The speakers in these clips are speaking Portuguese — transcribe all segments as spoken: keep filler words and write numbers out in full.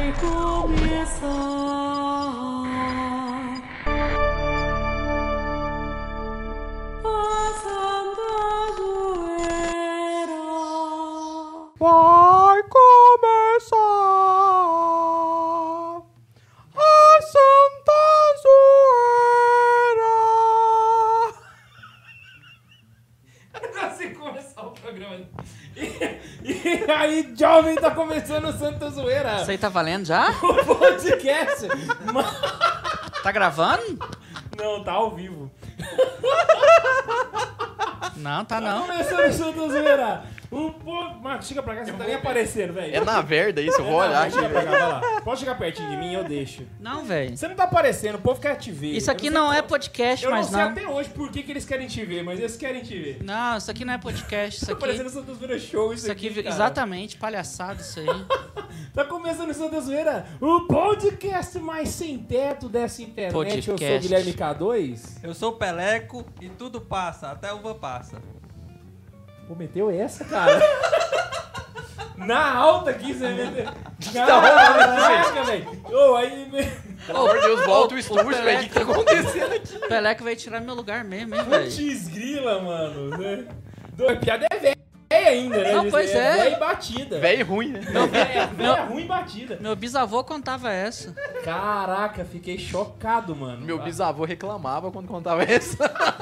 vai começar. Vai começar a Santa Zoeira. Eu não consigo começar o programa. E, e aí, jovem, tá começando o Santa Zoeira. Isso aí tá valendo já? O podcast. Tá gravando? Não, tá ao vivo. Não, tá Tá não. começando o Santa Zoeira. O povo... Marcos, chega pra cá, você não tá nem aparecendo, velho. É na verda isso, eu vou olhar aqui. Chega pra cá, vai lá. Pode chegar pertinho de mim, eu deixo. Não, velho. Você não tá aparecendo, o povo quer te ver. Isso aqui Eu não sei- é podcast, Eu não mas sei não. até hoje por que, que eles querem te ver, mas eles querem te ver. Não, isso aqui não é podcast. Isso Tá parecendo aqui. o Santa Zoeira Show, isso, Isso aqui, cara. exatamente, palhaçada isso aí. Tá começando o Santa Zoeira, o podcast mais sem teto dessa internet. Podcast. Eu sou o Guilherme K dois. Eu sou o Peleco e tudo passa, até a uva passa. Pô, meteu essa, cara? Na alta aqui, você meteu. Caraca, velho. Ô, aí... Pelo amor de Deus, volta o estúdio, Pelé- velho. O que tá acontecendo aqui? Peleco veio tirar meu lugar mesmo, hein, velho. Putz grila, mano. Né? Do- A piada é velha ainda, né? Não, pois é. Velha e batida. Velho ruim, né? Velha, velha ruim e batida. Meu bisavô contava essa. Caraca, fiquei chocado, mano. Meu bisavô reclamava quando contava essa.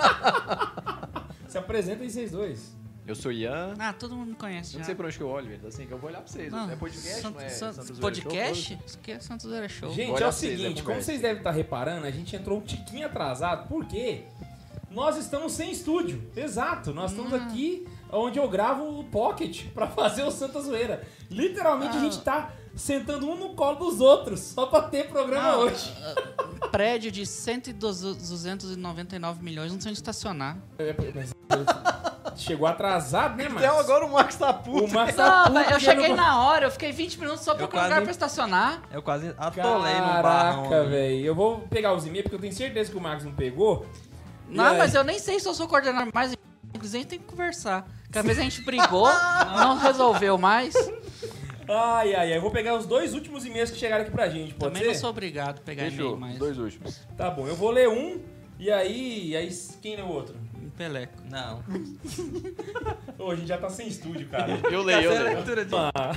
Se apresenta aí vocês dois. Eu sou Ian. Ah, todo mundo me conhece Eu já. não sei por onde que eu olho, velho. Assim que eu vou olhar pra vocês. Não, É podcast, Sant- não é? Sant- Santa Zoeira podcast? Isso aqui é Santa Zoeira Show. Gente, Olha é o vocês, é seguinte, como conversa. vocês devem estar reparando, a gente entrou um tiquinho atrasado, porque nós estamos sem estúdio. Exato, nós estamos Hum. aqui onde eu gravo o Pocket pra fazer o Santa Zoeira. Literalmente Ah. a gente tá sentando um no colo dos outros, só pra ter programa Não, hoje. ah, prédio de cento e duzentos e noventa e nove milhões não tem onde estacionar. É, mas- Chegou atrasado, né, Marcos? Até agora o Marcos tá O puto. Marcos tá Não, puto velho, eu porque cheguei não- na hora, eu fiquei vinte minutos só Eu procurando quase- lugar pra estacionar. Eu quase atolei no barrão. Caraca, ali. velho. Eu vou pegar os e-mails porque eu tenho certeza que o Marcos não pegou. E Não, aí? mas eu nem sei se eu sou coordenador, mas inclusive a gente tem que conversar. Cada vez a gente brigou, não resolveu mais. Ai, ai, ai. Eu vou pegar os dois últimos e-mails que chegaram aqui pra gente, pode Também ser? não sou obrigado a pegar Fechou, e-mail mais. dois últimos. Tá bom, eu vou ler um e aí, e aí quem lê o outro? Peleco. Não. Ô, a gente já tá sem estúdio, cara. Eu leio, eu Essa é a leio. leitura de...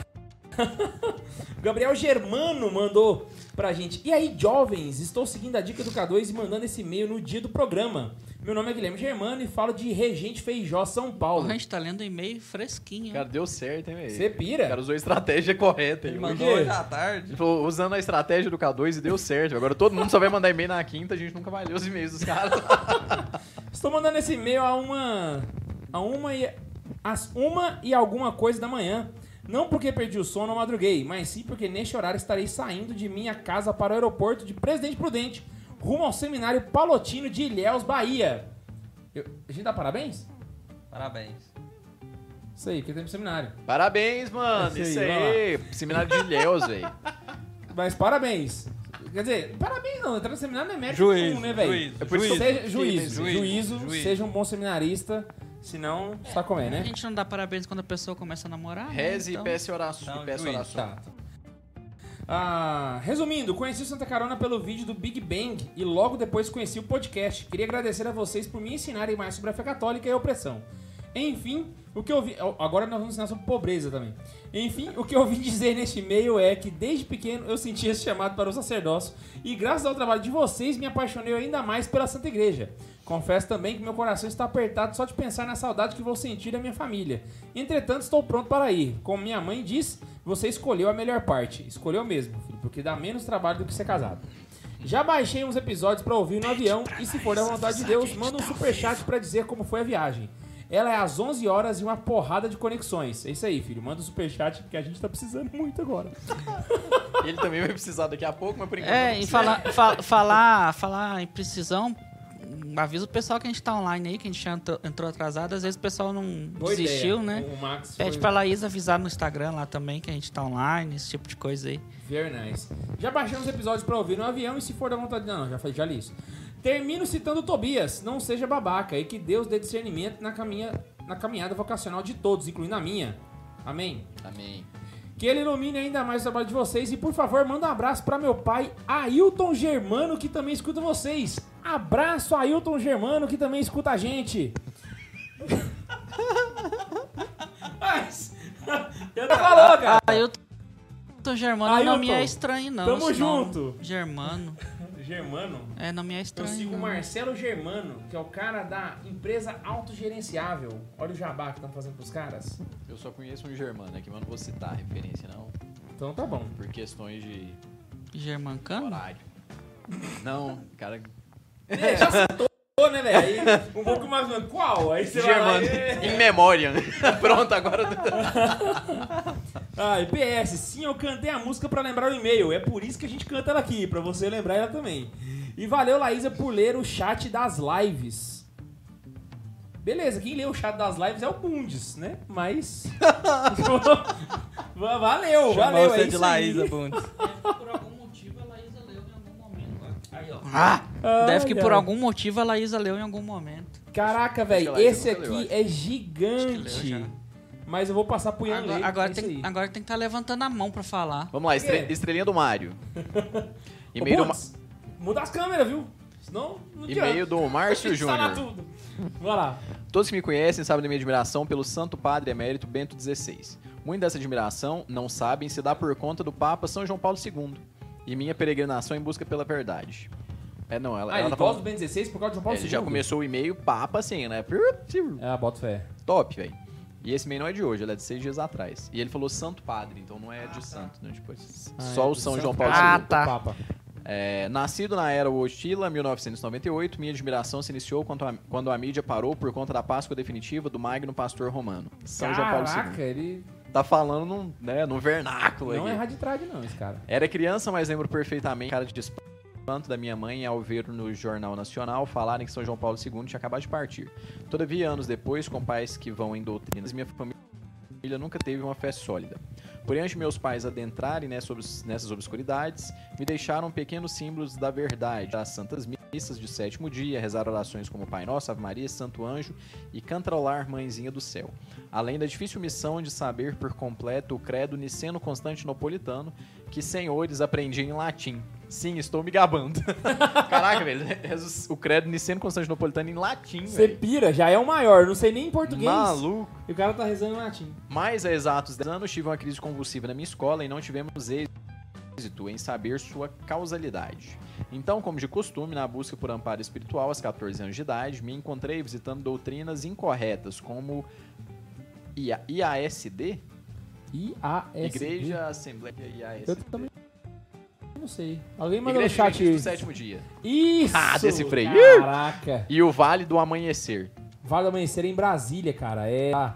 O Gabriel Germano mandou pra gente. E aí, jovens, estou seguindo a dica do K dois e mandando esse e-mail no dia do programa. Meu nome é Guilherme Germano e falo de Regente Feijó, São Paulo. A gente tá lendo e-mail fresquinho. Cara, deu certo, hein, velho? Você O pira? cara usou a estratégia correta. Ele Ele mandou quê? hoje à tarde. Ele falou, usando a estratégia do K dois e deu certo. Agora todo mundo só vai mandar e-mail na quinta, a gente nunca vai ler os e-mails dos caras. Estou mandando esse e-mail a uma... A uma e... Às uma e alguma coisa da manhã. Não porque perdi o sono ou madruguei, mas sim porque neste horário estarei saindo de minha casa para o aeroporto de Presidente Prudente, rumo ao seminário Palotino de Ilhéus, Bahia. Eu- A gente dá parabéns? Parabéns. Isso aí, porque tem seminário. Parabéns, mano. Isso Isso aí, aí. Seminário de Ilhéus, velho. Mas parabéns. Quer dizer, parabéns não, entrar no seminário não é mérito Juízo, nenhum, né, velho? juízo, É por isso juízo. Seja, juízo, Juízo, juízo, juízo. seja um bom seminarista, senão só comer, A né? gente não dá parabéns quando a pessoa começa a namorar. né? Reze Então, e peça oração. Então, e peça juízo. oração. Tá. Ah, resumindo, conheci o Santa Carona pelo vídeo do Big Bang e logo depois conheci o podcast. Queria agradecer a vocês por me ensinarem mais sobre a fé católica e a opressão. Enfim, o que eu vi... Agora nós vamos ensinar sobre pobreza também. Enfim, o que eu vim dizer neste e-mail é que desde pequeno eu senti esse chamado para o sacerdócio e graças ao trabalho de vocês me apaixonei ainda mais pela Santa Igreja. Confesso também que meu coração está apertado só de pensar na saudade que vou sentir da minha família. Entretanto, estou pronto para ir. Como minha mãe diz, você escolheu a melhor parte. Escolheu mesmo, filho, porque dá menos trabalho do que ser casado. Já baixei uns episódios para ouvir no avião e se for da vontade de Deus, manda um superchat para dizer como foi a viagem. Ela é às onze horas e uma porrada de conexões. É isso aí, filho. Manda um superchat porque a gente tá precisando muito agora. Ele também vai precisar daqui a pouco, mas por enquanto. É, não e precisa. falar, fa- falar, falar em precisão, avisa o pessoal que a gente tá online aí, que a gente já entrou, entrou atrasado. Às vezes o pessoal não Boa desistiu, ideia. né? O Max Pede foi pra Laís avisar no Instagram lá também que a gente tá online, esse tipo de coisa aí. very nice. Já baixei uns episódios pra ouvir no avião e se for da vontade... Não, não, já, falei, já li isso. Termino citando Tobias. Não seja babaca e que Deus dê discernimento na, caminha, na caminhada vocacional de todos, incluindo a minha. Amém. Amém. Que ele ilumine ainda mais o trabalho de vocês. E, por favor, manda um abraço pra meu pai, Ailton Germano, que também escuta vocês. Abraço, Ailton Germano, que também escuta a gente. Mas... Eu não falou, cara. Ailton Germano Ailton, não me é estranho, não. tamo esse nome. junto. Germano. Germano? É, não me é Eu estranho. sigo o não. Marcelo Germano, que é o cara da empresa autogerenciável. Olha o jabá que estão fazendo pros caras. Eu só conheço um germano aqui, mas não vou citar a referência, não. Então tá bom. Por questões de Germancano? horário. Não, cara... É, já citou, né, velho? Aí, um pouco mais... Qual? Aí você Germano. vai lá e... In memoriam. Pronto, agora... Ah, e P S, sim, eu cantei a música pra lembrar o e-mail. É por isso que a gente canta ela aqui, pra você lembrar ela também. E valeu, Laísa, por ler o chat das lives. Beleza, quem lê o chat das lives é o Bundes, né? Mas... valeu, Chamou valeu, você é de isso aí. Laísa, Bundes. Por algum motivo a Laísa leu em algum momento. Aí, ó. Ah! Deve Ai, que por ai. algum motivo a Laísa leu em algum momento. Caraca, Acho velho, que a Laísa esse nunca leu, aqui acho. é Acho gigante. que leu já. Mas eu vou passar pro Ian Agora, ler, agora é isso tem, aí. agora tem que estar levantando a mão pra falar. Vamos lá, estre- quê? estrelinha do Mário. Ô, E-mail do, Ma- Bundes, muda as câmeras, viu? Senão não adianta. e-mail do Márcio Instalar Júnior. tudo. Vai lá. Todos que me conhecem sabem da minha admiração pelo Santo Padre Emérito Bento dezesseis. Muita dessa admiração, não sabem, se dá por conta do Papa São João Paulo segundo e minha peregrinação em busca pela verdade. É, não, ela, Ah, ela ele tá gosta falando... do Bento dezesseis por causa de João É, Paulo ele já segundo? começou o e-mail Papa assim, né? Ah, bota fé. Top, velho. E esse e-mail não é de hoje, ele é de seis dias atrás. E ele falou Santo Padre, então não é de santo, né? Tipo, Ah, só é o do São Santo João Paulo Padre segundo. Ah, tá. Papa. É, nascido na era Wojtyla, mil novecentos e noventa e oito, minha admiração se iniciou quando a, quando a mídia parou por conta da Páscoa definitiva do Magno Pastor Romano, São João Paulo Caraca, segundo. ele Tá falando num, né, num vernáculo não aqui. é raditrade não, esse cara. Era criança, mas lembro perfeitamente a cara de espanto da minha mãe ao ver no Jornal Nacional falarem que São João Paulo segundo tinha acabado de partir. Todavia, anos depois, com pais que vão em doutrinas, minha família nunca teve uma fé sólida. Porém, antes de meus pais adentrarem nessa obs- nessas obscuridades, me deixaram pequenos símbolos da verdade, as santas missas de sétimo dia, rezar orações como Pai Nosso, Ave Maria, Santo Anjo e cantarolar Mãezinha do Céu. Além da difícil missão de saber por completo o credo niceno-constantinopolitano, que, senhores, aprendi em latim. Sim, estou me gabando. Caraca, velho, rezo o credo niceno-constantinopolitano em latim, Você velho. pira, já é o maior, não sei nem em português. Maluco. E o cara tá rezando em latim. Mas há exatos dez anos tive uma crise convulsiva na minha escola e não tivemos êxito em saber sua causalidade. Então, como de costume, na busca por amparo espiritual aos catorze anos de idade, me encontrei visitando doutrinas incorretas como I A- I A S D, I A S D. Igreja Assembleia I A S D. Eu também não sei. Alguém mandou Igreja no chat Adventista do sétimo dia. Isso! Ah, decifrei. Caraca. E o Vale do Amanhecer. Vale do Amanhecer em Brasília, cara. É... Ah,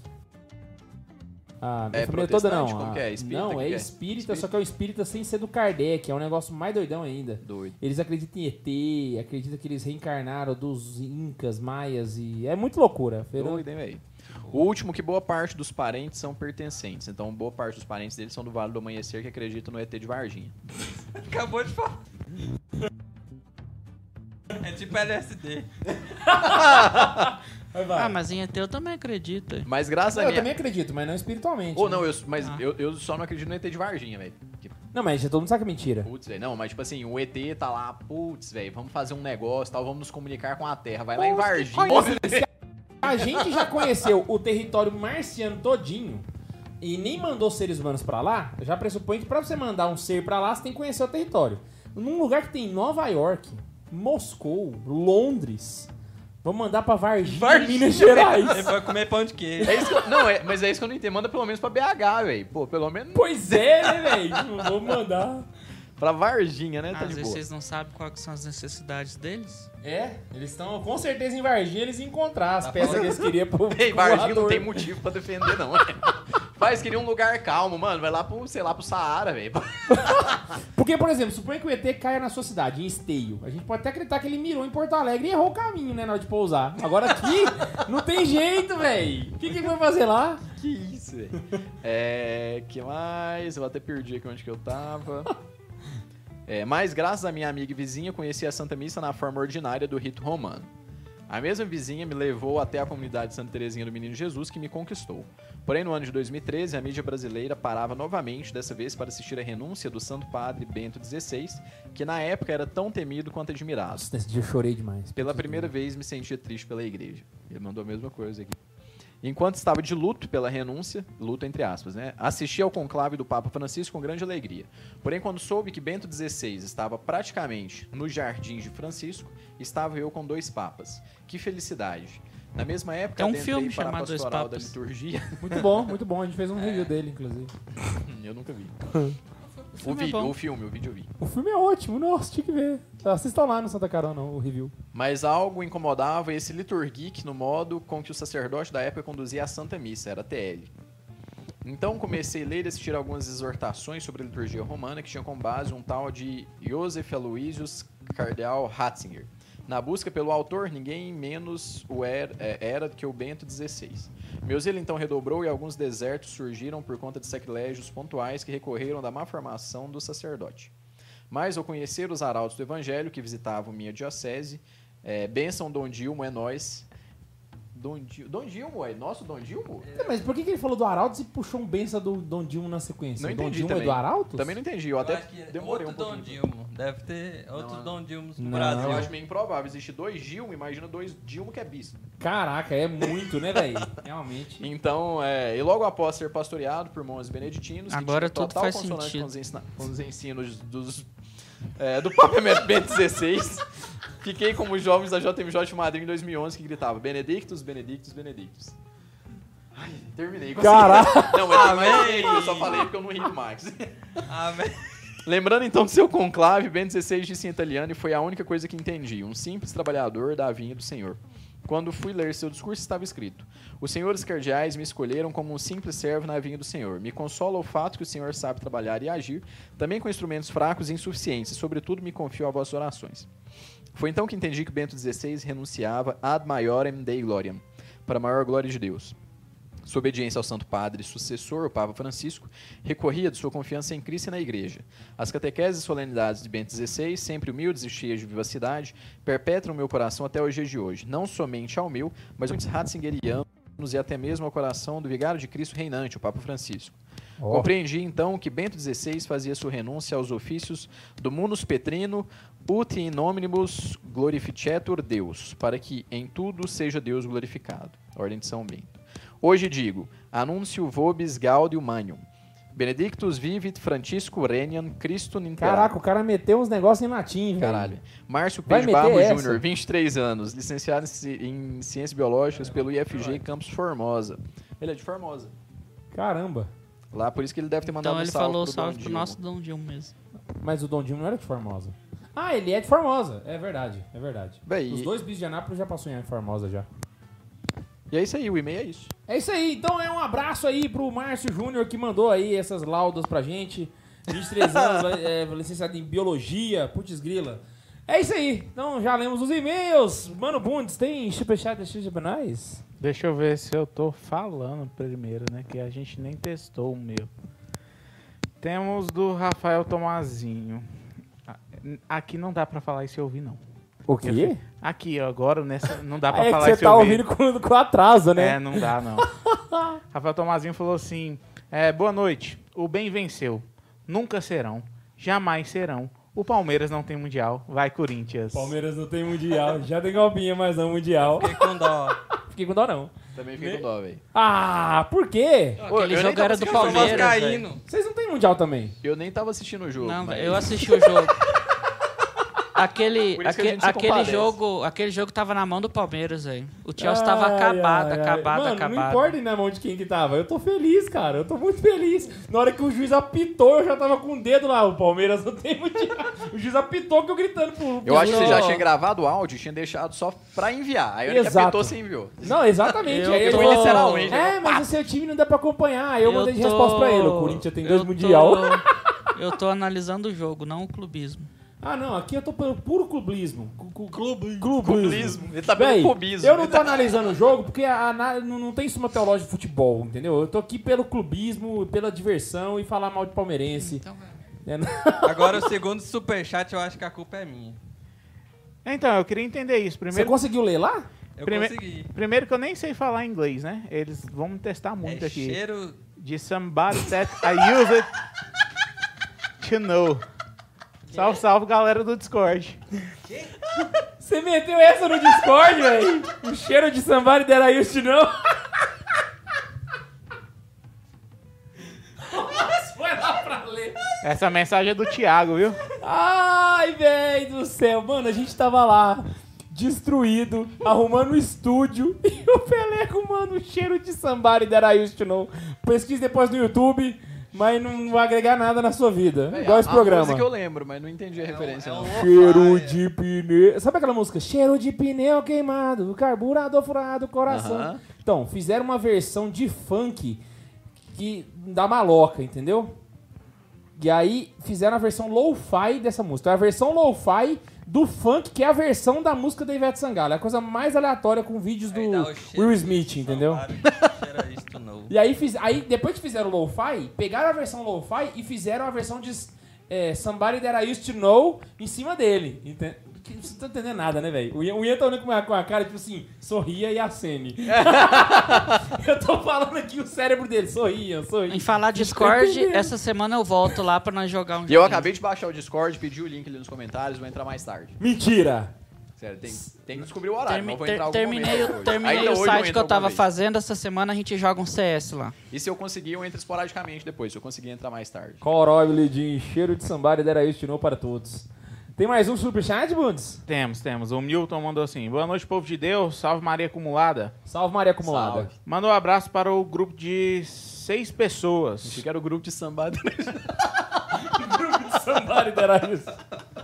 ah minha É família toda não. protestante? Como Ah, que é? Espírita? Não, Que é que é? espírita, Espírita? só que é o espírita sem ser do Kardec. É um negócio mais doidão ainda. Doido. Eles acreditam em E T, acreditam que eles reencarnaram dos incas, maias e... É muito loucura. Feira- Doido, hein, velho? O último, que boa parte dos parentes são pertencentes. Então, boa parte dos parentes deles são do Vale do Amanhecer, que acreditam no E T de Varginha. Acabou de falar. É tipo L S D. Vai, vai. Ah, mas em E T eu também acredito. Mas graças a Eu minha... também acredito, mas não espiritualmente. Ou né? não, eu, mas Ah. eu, eu só não acredito no E T de Varginha, velho. Que Não, mas já todo mundo sabe que é mentira. Putz, velho. Não, mas tipo assim, o E T tá lá, putz, velho, vamos fazer um negócio, tal, vamos nos comunicar com a Terra. Vai lá em Varginha. A gente já conheceu o território marciano todinho e nem mandou seres humanos pra lá, já pressupõe que pra você mandar um ser pra lá, você tem que conhecer o território. Num lugar que tem Nova York, Moscou, Londres, vamos mandar pra Varginha, Varginha. Minas Gerais. Ele vai comer pão de queijo. É isso que eu, não, é, mas é isso que eu não entendo. Manda pelo menos pra B H, velho. Pô, pelo menos Pois é, né, velho? Vamos mandar. pra Varginha, né? Tá Às de vezes boa. vocês não sabem quais são as necessidades deles. É, eles estão com certeza em Varginha, eles iam encontrar as peças que eles queriam pro Ei, pro Varginha não voador. tem motivo pra defender, não. Faz, queria um lugar calmo, mano. Vai lá pro, sei lá, pro Saara, velho. Porque, por exemplo, suponha que o E T caia na sua cidade, em Esteio. A gente pode até acreditar que ele mirou em Porto Alegre e errou o caminho, né, na hora de pousar. Agora aqui, não tem jeito, velho. O que que ele vai fazer lá? Que isso, velho. É. Que mais? Eu até perdi aqui onde que eu tava. É, mas graças à minha amiga e vizinha, conheci a Santa Missa na forma ordinária do rito romano. A mesma vizinha me levou até a comunidade de Santa Terezinha do Menino Jesus, que me conquistou. Porém, no ano de dois mil e treze, a mídia brasileira parava novamente, dessa vez para assistir a renúncia do Santo Padre Bento dezesseis, que na época era tão temido quanto admirado. Nossa, nesse dia eu chorei demais. Pela primeira vez me sentia triste pela igreja. Ele mandou a mesma coisa aqui. Enquanto estava de luto pela renúncia, luto entre aspas, né? Assisti ao conclave do Papa Francisco com grande alegria. Porém, quando soube que Bento dezesseis estava praticamente nos jardins de Francisco, estava eu com dois papas. Que felicidade! Na mesma época, É um adentrei filme para a chamado Dois pastoral da Papas. liturgia. Muito bom, muito bom. A gente fez um review dele, inclusive. Eu nunca vi. O, filme é vídeo, bom. o filme, o vídeo eu vi. O filme é ótimo, nossa, tinha que ver. Assistam lá no Santa Carona, o review. Mas algo incomodava esse liturgique no modo com que o sacerdote da época conduzia a Santa Missa, era T L. Então comecei a ler e assistir algumas exortações sobre a liturgia romana que tinham como base um tal de Joseph Aloysius Cardeal Ratzinger. Na busca pelo autor, ninguém menos o era, era do que o Bento dezesseis. Meu zelo então redobrou e alguns desertos surgiram por conta de sacrilégios pontuais que recorreram da má formação do sacerdote. Mas ao conhecer os arautos do evangelho que visitavam minha diocese, é, bênção Dom Dilmo, é nós. Dom, Dil... Dom Dilmo, é nosso Dom Dilmo? É, mas por que, que ele falou do Arautos e puxou um benção do Dom Dilmo na sequência? Não O Dom entendi Dilmo também. é do Arautos? Também não entendi, eu Eu até acho que é demorei outro um Dom pouquinho. Dilmo. Deve ter outros Não, Dom Dilmos no não. Brasil. Eu acho meio improvável, existe dois Dilmo, imagina dois Dilmo que é bispo. Caraca, é muito, né, velho? Realmente. Então, é, e logo após ser pastoreado por monges beneditinos, Agora que tinham tudo total faz consonância sentido. Com os, ensina- com os ensinos dos, é, do Papa Bento dezesseis, fiquei como os jovens da J M J de Madrid em dois mil e onze que gritava Benedictus, Benedictus, Benedictus. Ai, terminei. consegui. Caraca! Não, mas tem mais Amém. um, eu só falei porque eu não ri do Max. Amém. Lembrando então do seu conclave, Bento dezesseis disse em italiano e foi a única coisa que entendi, um simples trabalhador da vinha do Senhor. Quando fui ler seu discurso estava escrito: os senhores cardeais me escolheram como um simples servo na vinha do Senhor. Me consola o fato que o Senhor sabe trabalhar e agir, também com instrumentos fracos e insuficientes, e sobretudo me confio a vossas orações. Foi então que entendi que Bento dezesseis renunciava ad maiorem Dei gloriam, para a maior glória de Deus. Sua obediência ao Santo Padre e sucessor, o Papa Francisco, recorria de sua confiança em Cristo e na Igreja. As catequeses e solenidades de Bento dezesseis, sempre humildes e cheias de vivacidade, perpetram meu coração até os dias de hoje, não somente ao meu, mas muitos ratzingerianos e até mesmo ao coração do vigário de Cristo reinante, o Papa Francisco. Oh. Compreendi então que Bento dezesseis fazia sua renúncia aos ofícios do munus petrino ut in hominibus glorificetur Deus, para que em tudo seja Deus glorificado. Ordem de São Bento. Hoje digo, annuncio vobis gaudium magnum. Benedictus vivit Francisco Renian Christum in terra. Caraca, o cara meteu uns negócios em latim, velho. Caralho. Márcio Vai Peixe meter Barro essa? Júnior, vinte e três anos, licenciado em Ci- em Ciências Biológicas pelo I F G Campus Formosa. Ele é de Formosa. Caramba. Lá, por isso que ele deve ter mandado Então um ele salve falou pro salve Dom pro Dilma. nosso Dom Dilma mesmo. Mas o Dom Dilma não era de Formosa. Ah, ele é de Formosa. É verdade, é verdade. Bem, Os e- dois bis de Anápolis já passou em Formosa já. E é isso aí, o e-mail é isso. É isso aí, então é um abraço aí pro Márcio Júnior que mandou aí essas laudas pra gente. vinte e três anos, é, licenciado em Biologia, putz grila. É isso aí, então já lemos os e-mails. Mano Bundes, tem superchat da pra nós? Deixa eu ver se eu tô falando primeiro, né? Que a gente nem testou o meu. Temos do Rafael Tomazinho. Aqui não dá pra falar isso e ouvir, não. O quê? Aqui, ó, agora, nessa, não dá pra É que falar você isso e tá ouvir. ouvindo com, com atraso, né? É, não dá, não. Rafael Tomazinho falou assim: é, boa noite. O bem venceu. Nunca serão. Jamais serão. O Palmeiras não tem mundial. Vai, Corinthians. Palmeiras não tem mundial, já tem copinha, mas não mundial. Fiquei com dó. Fiquei com dó não. Também fica com dó, velho. Ah, por quê? Ô, Aquele eu nem jogo tava era do assistindo, eu sou Palmeiras, vascaíno. velho. Vocês não tem mundial também? Eu nem tava assistindo o jogo. Não, mas... velho, eu assisti o jogo. Aquele, Por isso que a aque- gente se aquele, compadece. jogo, aquele jogo tava na mão do Palmeiras, velho. O Chelsea tava Ai, acabado, ai, ai. acabado, Mano, acabado. não importa na mão de quem que tava. Eu tô feliz, cara. Eu tô muito feliz. Na hora que o juiz apitou, eu já tava com o dedo lá. O Palmeiras não tem mundial. O juiz apitou que eu gritando pro... pro Eu acho que você já juiz, ó. tinha gravado o áudio e tinha deixado só pra enviar. Aí a hora que Exato. apertou, você enviou. Não, exatamente. Eu Aí ele tô- falou, literalmente, é, mas o seu time não dá pra acompanhar. Aí eu, mandei de tô- resposta pra ele. O Corinthians tem dois eu mundial. tô- Eu tô analisando o jogo, não o clubismo. Ah, não. Aqui eu tô pelo puro clubismo. Clubismo. Clubismo. Ele tá pelo Véi, clubismo. eu não tô analisando o jogo porque a, a- não, não tem suma teológica de futebol, entendeu? Eu tô aqui pelo clubismo, pela diversão e falar mal de palmeirense. Então, É, Agora o segundo superchat eu acho que a culpa é minha. Então, eu queria entender isso. Você Primeiro, conseguiu ler lá? Eu Prime- consegui. Primeiro que eu nem sei falar inglês, né? Eles vão me testar muito É aqui. cheiro... De somebody that I use it to know. Salve, salve, galera do Discord. Você meteu essa no Discord, velho? O cheiro de somebody that I used to know. Foi lá pra ler. Essa mensagem é do Thiago, viu? Ai, velho do céu. Mano, a gente tava lá, destruído, arrumando o estúdio. E o Pelé arrumando o cheiro de somebody that I used to know. Pesquise depois no YouTube, mas não vai agregar nada na sua vida. Véi, Igual a- esse A programa. música eu lembro, mas não entendi a referência. é um- não. Cheiro de pneu. Sabe aquela música? Cheiro de pneu queimado, carburador furado, coração. Aham. Então, fizeram uma versão de funk que da maloca, entendeu? E aí fizeram a versão lo-fi dessa música. É a versão lo-fi do funk, que é a versão da música da Ivete Sangalo. É a coisa mais aleatória com vídeos do Aí dá o cheiro Will de Smith, entendeu? somebody, cheira isto novo. E aí, fiz, aí depois que fizeram o lo-fi, pegaram a versão lo-fi e fizeram a versão de é, Somebody That I Used To Know em cima dele. Enten- que- Você não tá entendendo nada, né, velho? O Ian, o Ian tá olhando com a, com a cara, tipo assim, sorria e acene. Eu tô falando aqui o cérebro dele, sorria, sorria. Em falar Discord, essa semana eu volto lá pra nós jogar um E eu joguinho. acabei de baixar o Discord, pedi o link ali nos comentários, vou entrar mais tarde. Mentira! Sério, tem, tem que descobrir o horário, Termi- mas eu vou ter- entrar algum terminei momento o, hoje. terminei Ainda o hoje eu site entro que eu tava alguma vez. fazendo, essa semana a gente joga um C S lá. E se eu conseguir, eu entro esporadicamente depois, se eu conseguir entrar mais tarde. Corói, de cheiro de Somebody That I Used To Know para todos. Tem mais um superchat, Bundes? Temos, temos. O Milton mandou assim: boa noite, povo de Deus. Salve Maria Acumulada. Salve Maria Acumulada. Salve. Mandou um abraço para o grupo de seis pessoas. Achei que era o grupo de samba. Somebody That I Used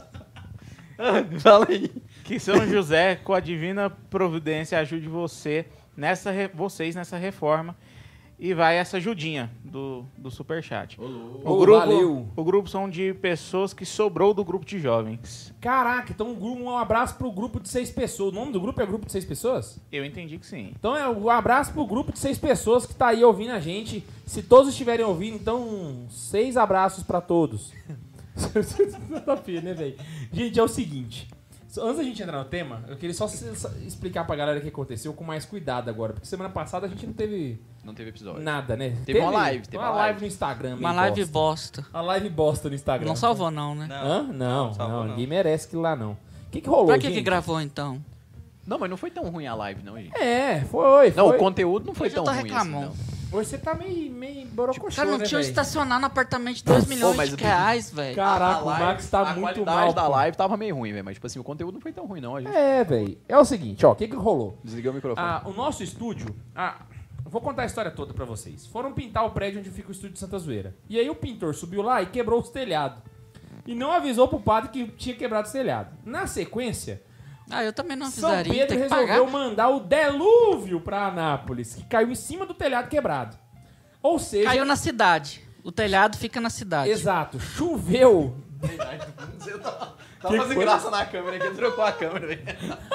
Fala aí. Que São José, com a divina providência, ajude você nessa re- vocês nessa reforma. E vai essa ajudinha do, do superchat. O, Ô, grupo, valeu. o grupo são de pessoas que sobrou do grupo de jovens. Caraca, então um, grupo- um abraço pro grupo de seis pessoas. O nome do grupo é grupo de seis pessoas? Eu entendi que sim. Então é um abraço pro grupo de seis pessoas que tá aí ouvindo a gente. Se todos estiverem ouvindo, então seis abraços pra todos. Tá feio, né, velho? Gente, é o seguinte. Antes da gente entrar no tema, eu queria só se- só explicar pra galera o que aconteceu com mais cuidado agora. Porque semana passada a gente não teve Não teve episódio. nada, né? Teve uma live, teve uma uma live live. no Instagram. Uma meio live bosta. bosta. Uma live bosta no Instagram. Não salvou não, né? Hã? Não, não, salvou, não. ninguém merece aquilo lá, não. O que que rolou, Pra que gente? que gravou então? Não, mas não foi tão ruim a live, não, gente. É, foi, Não, foi. o conteúdo não foi Hoje eu tão tô ruim reclamando. assim, não. Hoje você tá meio, meio borocochô, Cara, não né, tinha onde velho? estacionar no apartamento de dois milhões mas de o- reais, velho. Caraca, A o live- Max tá a muito qualidade mal. da pô. live tava meio ruim, velho. Mas, tipo assim, o conteúdo não foi tão ruim, não. A gente É, velho. É o seguinte, ó, o que que rolou? desliguei o microfone. Ah, o nosso estúdio... Ah, eu vou contar a história toda pra vocês. Foram pintar o prédio onde fica o estúdio de Santa Zoeira. E aí o pintor subiu lá e quebrou os telhados. E não avisou pro padre que tinha quebrado os telhados. Na sequência, Ah, eu também não São avisaria, Pedro tem que resolveu pagar. mandar o delúvio pra Anápolis, que caiu em cima do telhado quebrado. Ou seja... Caiu na cidade. O telhado fica na cidade. Exato. Choveu. Tava que fazendo foi? graça na câmera aqui, trocou a câmera, velho.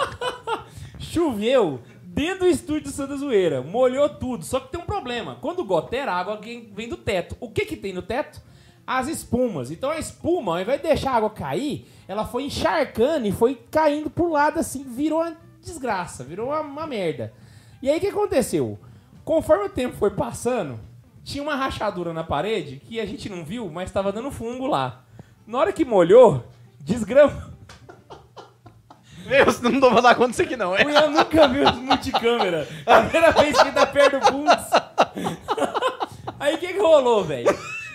Choveu dentro do estúdio do Santa Zoeira. Molhou tudo. Só que tem um problema. Quando gotera, a água vem vem do teto. O que que tem no teto? As espumas. Então a espuma, ao invés de deixar a água cair, ela foi encharcando e foi caindo pro lado assim. Virou uma desgraça. Virou uma, uma merda. E aí o que aconteceu? Conforme o tempo foi passando, tinha uma rachadura na parede que a gente não viu, mas estava dando fungo lá. Na hora que molhou, desgramou. Meu, você não vou dar conta disso aqui, não, é? O Ian nunca viu os multicâmera. Primeira vez que tá perto do Bundes. Aí o que que rolou, velho?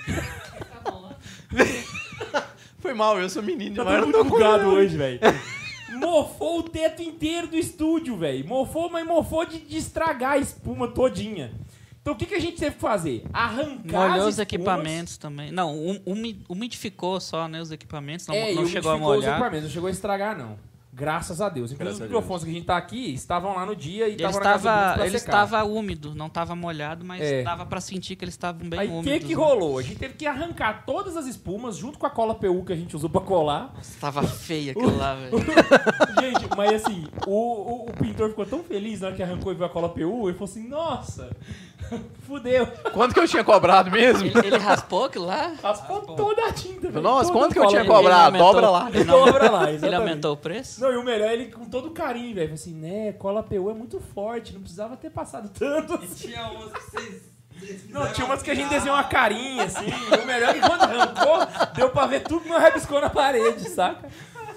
Foi mal, eu sou menino Tá demais. todo não tô mundo com bugado medo. hoje, velho. Mofou o teto inteiro do estúdio, velho. Mofou, mas mofou de, de estragar a espuma todinha. Então o que, que a gente teve que fazer? Arrancar Molhou as os espumas. equipamentos também. Não, um- umi- umidificou só, né, os equipamentos. Não, É, não e chegou a umidificou os molhar. equipamentos, não chegou a estragar, não. Graças a Deus. Inclusive Graças a os microfones que a gente tá aqui estavam lá no dia e Ele estavam na casa do Bundes estava, pra ele secar. estava úmido, não estava molhado, mas É. dava pra sentir que eles estavam bem Aí o úmidos. que que né? rolou? A gente teve que arrancar todas as espumas junto com a cola P U que a gente usou pra colar. Tava feio aquilo lá, velho. Gente, mas assim, o, o, o pintor ficou tão feliz na hora que arrancou e viu a cola P U, ele falou assim, nossa, fudeu. Quanto que eu tinha cobrado mesmo? Ele, ele raspou aquilo lá? Raspou toda a tinta. velho, Nossa, toda quanto que a eu cola. tinha Ele- cobrado? ele aumentou- Dobra lá. Ele, não- Dobra lá, ele exatamente. aumentou o preço? Não, e o melhor é ele com todo carinho, velho. Assim, né, cola P U é muito forte, não precisava ter passado tanto. E tinha umas que vocês... vocês Não, tinha fizeram umas que a gente piada. desenhou uma carinha, assim. E o melhor é que quando arrancou, deu pra ver tudo que nós rabiscou na parede, saca?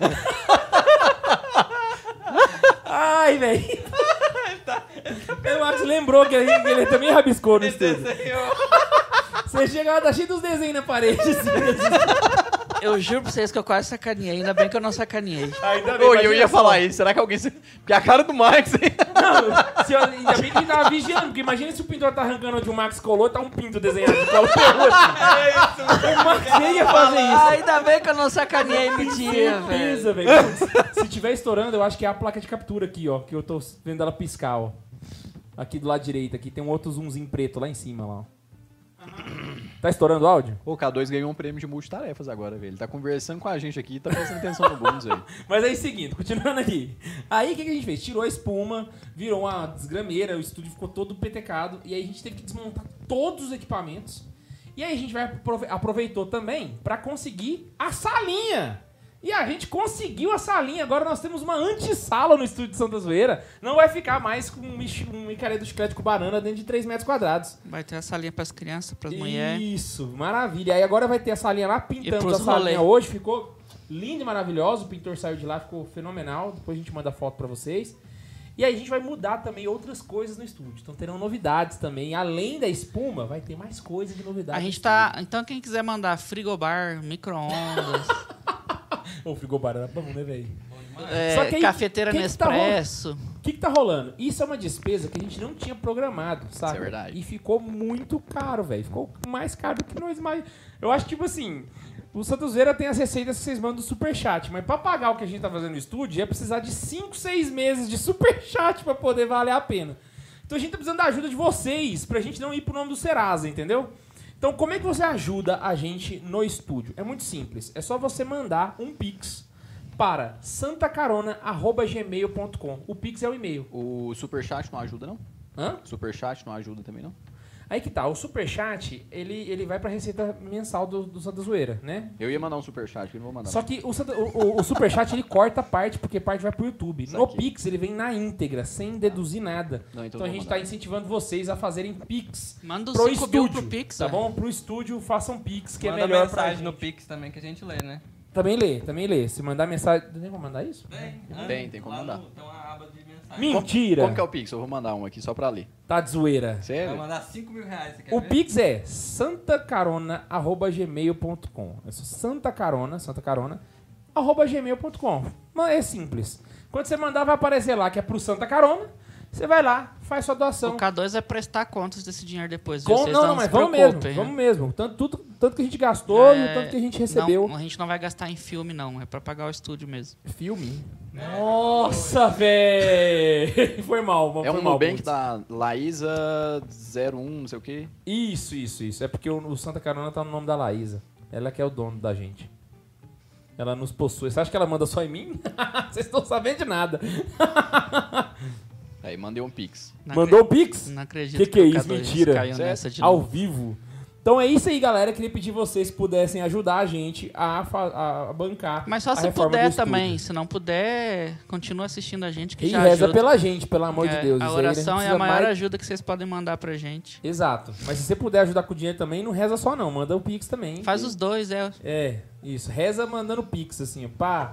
Ai, velho. O Max lembrou que ele, que ele também rabiscou no Ele estúdio. desenhou. Você chegava, tá cheio dos desenhos na parede, assim. Eu juro pra vocês que eu quase sacaneei. Ainda bem que eu não sacaneei. Ainda Ô, eu imagina ia só. falar isso. Será que alguém... se- Porque a cara do Max, hein? Não, se eu, ainda bem que ele tava vigiando, porque imagina se o pintor tá arrancando onde o Max colou, tá um pinto desenhado de cola P U, assim. O Max nem ia fazer isso. Ah, ainda bem que eu não sacaneei no dia, velho. Certeza, velho. Se, se tiver estourando, eu acho que é a placa de captura aqui, ó. Que eu tô vendo ela piscar, ó. Aqui do lado direito, aqui tem um outro zoomzinho preto lá em cima, lá, ó. Tá estourando o áudio? O K dois ganhou um prêmio de multitarefas agora, velho. Ele tá conversando com a gente aqui e tá prestando atenção no bônus, velho. Mas aí, seguinte, continuando aqui. Aí, o que, que a gente fez? Tirou a espuma, virou uma desgrameira, o estúdio ficou todo petecado. E aí, a gente teve que desmontar todos os equipamentos. E aí, a gente vai aprove- aproveitou também pra conseguir a salinha. E a gente conseguiu a salinha. Agora nós temos uma antessala no estúdio de Santa Zoeira. Não vai ficar mais com um, mich- um micareta de chiclete com banana dentro de três metros quadrados. Vai ter a salinha pras crianças, pras mulheres. Isso, maravilha. Aí agora vai ter a salinha lá E pintando pros a salinha rolê. hoje. Ficou lindo e maravilhoso. O pintor saiu de lá, ficou fenomenal. Depois a gente manda foto pra vocês. E aí a gente vai mudar também outras coisas no estúdio. Então terão novidades também. Além da espuma, vai ter mais coisa de novidade. A gente tá... Então quem quiser mandar frigobar, micro-ondas, Ô, frigobar era bom, né, velho? é, Só que aí, cafeteira que que tá Nespresso... O que que tá rolando? Isso é uma despesa que a gente não tinha programado, sabe? Isso é verdade. E ficou muito caro, velho. Ficou mais caro do que nós mais... Eu acho, tipo assim... O Santos Veira tem as receitas que vocês mandam do superchat, mas pra pagar o que a gente tá fazendo no estúdio, ia precisar de cinco, seis meses de superchat pra poder valer a pena. Então a gente tá precisando da ajuda de vocês, pra gente não ir pro nome do Serasa, entendeu? Então como é que você ajuda a gente no estúdio? É muito simples. É só você mandar um Pix para santacarona arroba gmail ponto com. O Pix é o e-mail. O superchat não ajuda, não? Hã? Superchat não ajuda também, não? Aí que tá, o superchat, ele, ele vai pra receita mensal do, do Santa Zoeira, né? Eu ia mandar um superchat, eu não vou mandar. Só que o, Santa- o, o- o superchat, ele corta parte, porque parte vai pro YouTube. Isso No aqui. Pix, ele vem na íntegra, sem deduzir nada. Não, então então a eu vou gente mandar. tá incentivando vocês a fazerem Pix Manda os pro cinco mil estúdio, pro Pix, tá velho. bom? Pro estúdio, façam Pix, que Manda é melhor pra mensagem gente. no Pix também que a gente lê, né? Também lê, também lê. Se mandar mensagem... Nem vou mandar isso? Tem, Tem, tem como lá mandar. no- Tem uma aba de mensagem. Mentira! Como que é o Pix? Eu vou mandar um aqui só pra ler. Tá de zoeira. Vai Sério? mandar cinco mil reais, você quer O ver? Pix é santacarona arroba gmail ponto com. É só santacarona, santacarona, arroba gmail ponto com. Mas é simples. Quando você mandar, vai aparecer lá que é pro Santa Carona. Você vai lá, faz sua doação. O K dois vai prestar contas desse dinheiro depois, viu? Com- Vocês não, não, se mas vamos mesmo. preocupem, Vamos né? mesmo. Tanto, tudo, tanto que a gente gastou e o É, tanto que a gente recebeu. Não, a gente não vai gastar em filme, não. É pra pagar o estúdio mesmo. Filme? Nossa, velho! Foi mal, É foi um mal. Nubank Putz. da Laísa zero um, não sei o quê. Isso, isso, isso. É porque o, o Santa Carona tá no nome da Laísa. Ela que é o dono da gente. Ela nos possui. Você acha que ela manda só em mim? Vocês estão sabendo de nada. Aí, mandei um Pix. Não Mandou o acredito- Pix? Não acredito Que que é o isso? K dois Mentira. caiu Sério? nessa de Ao novo. vivo. Então é isso aí, galera. Queria pedir vocês pudessem ajudar a gente a, fa- a bancar. Mas só a se reforma puder do estúdio. também. Se não puder, continua assistindo a gente que E já reza ajuda. pela gente, pelo amor de É, Deus. A Isso aí oração é precisa a maior mais- ajuda que vocês podem mandar pra gente. Exato. Mas se você puder ajudar com o dinheiro também, não reza só não. Manda o Pix também. Faz os dois, é. É, isso. Reza mandando Pix, assim, ó. Pá.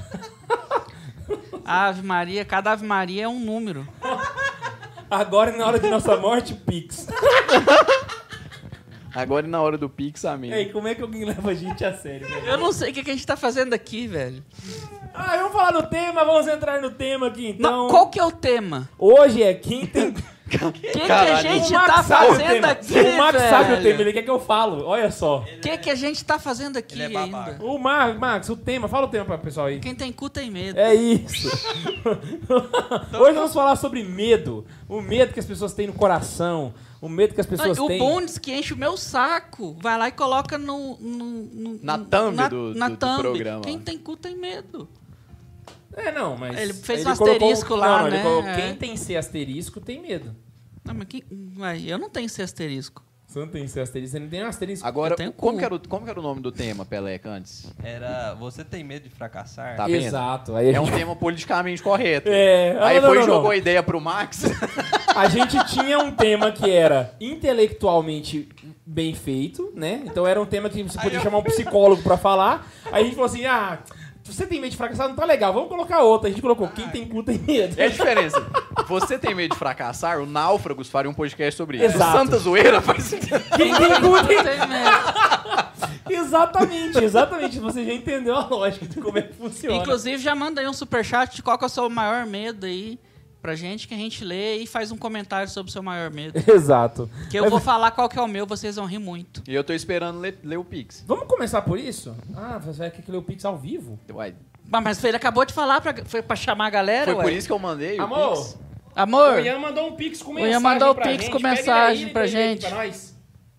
A Ave Maria, cada Ave Maria é um número. Agora, na hora de nossa morte, Pix. Agora e na hora do Pix, amigo. Ei, como é que alguém leva a gente a sério, velho? Eu não sei o que que a gente tá fazendo aqui, velho. Ah, vamos falar do tema, vamos entrar no tema aqui, então. Não, qual que é o tema? Hoje é quem tem... O que, que a Caralho. gente O Max tá sabe o fazendo tema. aqui, O Max sabe o velho? tema, ele quer que eu falo, olha só. O que, que a gente tá fazendo aqui Ele é babaca. ainda? O Mar, Max, o tema, fala o tema pra pessoal aí. Quem tem cu tem medo. É isso. Hoje vamos falar sobre medo. O medo que as pessoas têm no coração. O medo que as pessoas o têm. Bundes que enche o meu saco. Vai lá e coloca no... no- no- Na thumb na, do- na do- do thumb. programa. Quem tem cu tem medo. É, não, mas... Ele fez aí um colocou- asterisco lá, não, não, né? Ele colocou, É. quem tem C asterisco tem medo. Não, mas quem... Ué, eu não tenho esse asterisco. Você não tem esse asterisco, você não tem um asterisco. Agora, Eu tenho como cu. que, era o, como que era o nome do tema, Peleca, antes? Era você tem medo de fracassar? Tá vendo? Exato. Aí a É um gente... tema politicamente correto. É, Aí não, foi não, e não, jogou não. a ideia pro Max. A gente tinha um tema que era intelectualmente bem feito, né? Então era um tema que você podia chamar um psicólogo pra falar. Aí a gente falou assim, ah, você tem medo de fracassar, não tá legal, vamos colocar outra. A gente colocou, quem tem cu tem medo. É a diferença. Você tem medo de fracassar, o Náufragos faria um podcast sobre isso. Exato. O Santa Zoeira faz... Quem tem cu tem... Tem medo. Exatamente, exatamente. Você já entendeu a lógica de como é que funciona. Inclusive, já manda aí um superchat de qual que é o seu maior medo aí pra gente, que a gente lê e faz um comentário sobre o seu maior medo. Exato. Que eu vou falar qual que é o meu, vocês vão rir muito. E eu tô esperando ler, ler o Pix. Vamos começar por isso? Ah, você vai querer ler o Pix ao vivo? Uai, Mas, mas ele acabou de falar, pra, foi pra chamar a galera, foi ué. por isso que eu mandei o Amor, Pix. Amor, o Ian mandou um Pix com O mensagem Ian mandou o pra Pix gente. com Pega ele mensagem aí, pra lê ele gente. pra nós.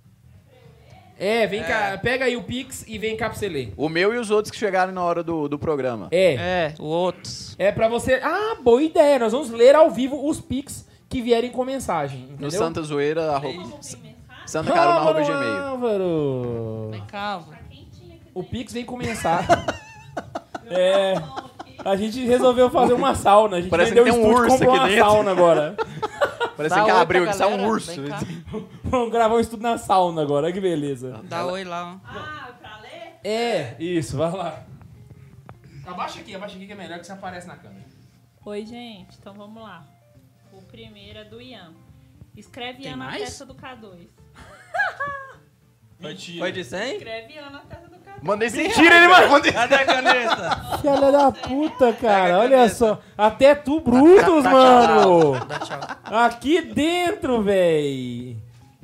É, vem cá, pega aí o Pix e vem cá pra você ler. O meu e os outros que chegaram na hora do, do programa. É, é, o outros. é pra você... Ah, boa ideia, nós vamos ler ao vivo os Pix que vierem com mensagem, entendeu? No Santa Zoeira, arroba, mensagem? Santa Carona, arroba Álvaro, gmail. Álvaro. Vem cá, Álvaro. O Pix vem com mensagem. É... A gente resolveu fazer uma sauna. A gente Parece vendeu que tem um o estúdio e urso comprou aqui uma dentro. sauna agora. Parece Dá que oi abriu pra aqui, sai um galera, urso. vem cá. Vamos gravar um estudo na sauna agora, olha que beleza. Dá oi lá. ó. Ah, pra ler? É, isso, vai lá. Abaixa aqui, abaixa aqui que é melhor que você aparece na câmera. Oi, gente. Então vamos lá. O primeiro é do Ian. Escreve Tem Ian na mais? testa do K dois. Mentira. Foi de cem? Escreve Ian na testa do K dois. Mandei sem Mentira, ele mandou. Cadê a caneta? Filha da puta, cara, Pega a olha caneta. só. Até tu, Brutus, mano. Dá tchau. Aqui dentro, véi.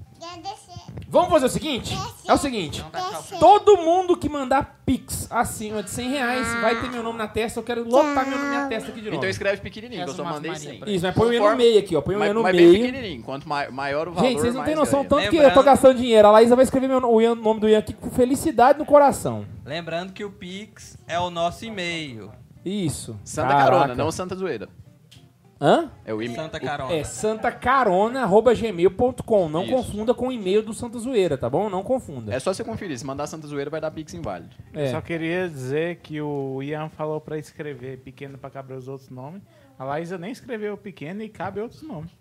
Vamos fazer o seguinte? É o seguinte. Não, dá tchau. Todo mundo que mandar Pix acima de cem reais vai ter meu nome na testa. Eu quero lotar meu nome na testa aqui de novo. Então escreve pequenininho, que eu Essa só Márcia mandei Maria, cem. pra- Isso, mas põe o E no Conforme- meio aqui, ó. Põe o E Mas, no mas bem meio. pequenininho. Quanto mai- maior o valor, Gente, vocês não mais têm noção ganha. tanto que eu tô gastando dinheiro. A Laísa vai escrever meu, o, Ian- o nome do Ian aqui com felicidade no coração. Lembrando que o Pix é o nosso e-mail. Isso. Santa Caraca. Carona, não Santa Zoeira. Hã? É o e-mail. Santa Carona. É santacarona arroba gmail ponto com. Não Isso. confunda com o e-mail do Santa Zoeira, tá bom? Não confunda. É só você conferir. Se mandar Santa Zoeira, vai dar Pix inválido. É. Só queria dizer que o Ian falou pra escrever pequeno pra caber os outros nomes. A Laísa nem escreveu pequeno e cabe outros nomes.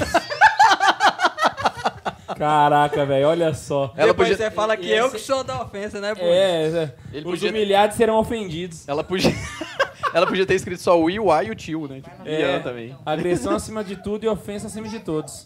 Caraca, velho, olha só. Ela Depois podia- você fala que Esse- eu que sou da ofensa, né, pô? É, é. Ele Os podia- humilhados serão ofendidos. Ela podia... Ela podia ter escrito só o I, o A e o tio, né? Tipo, É, Ian também. agressão acima de tudo e ofensa acima de todos.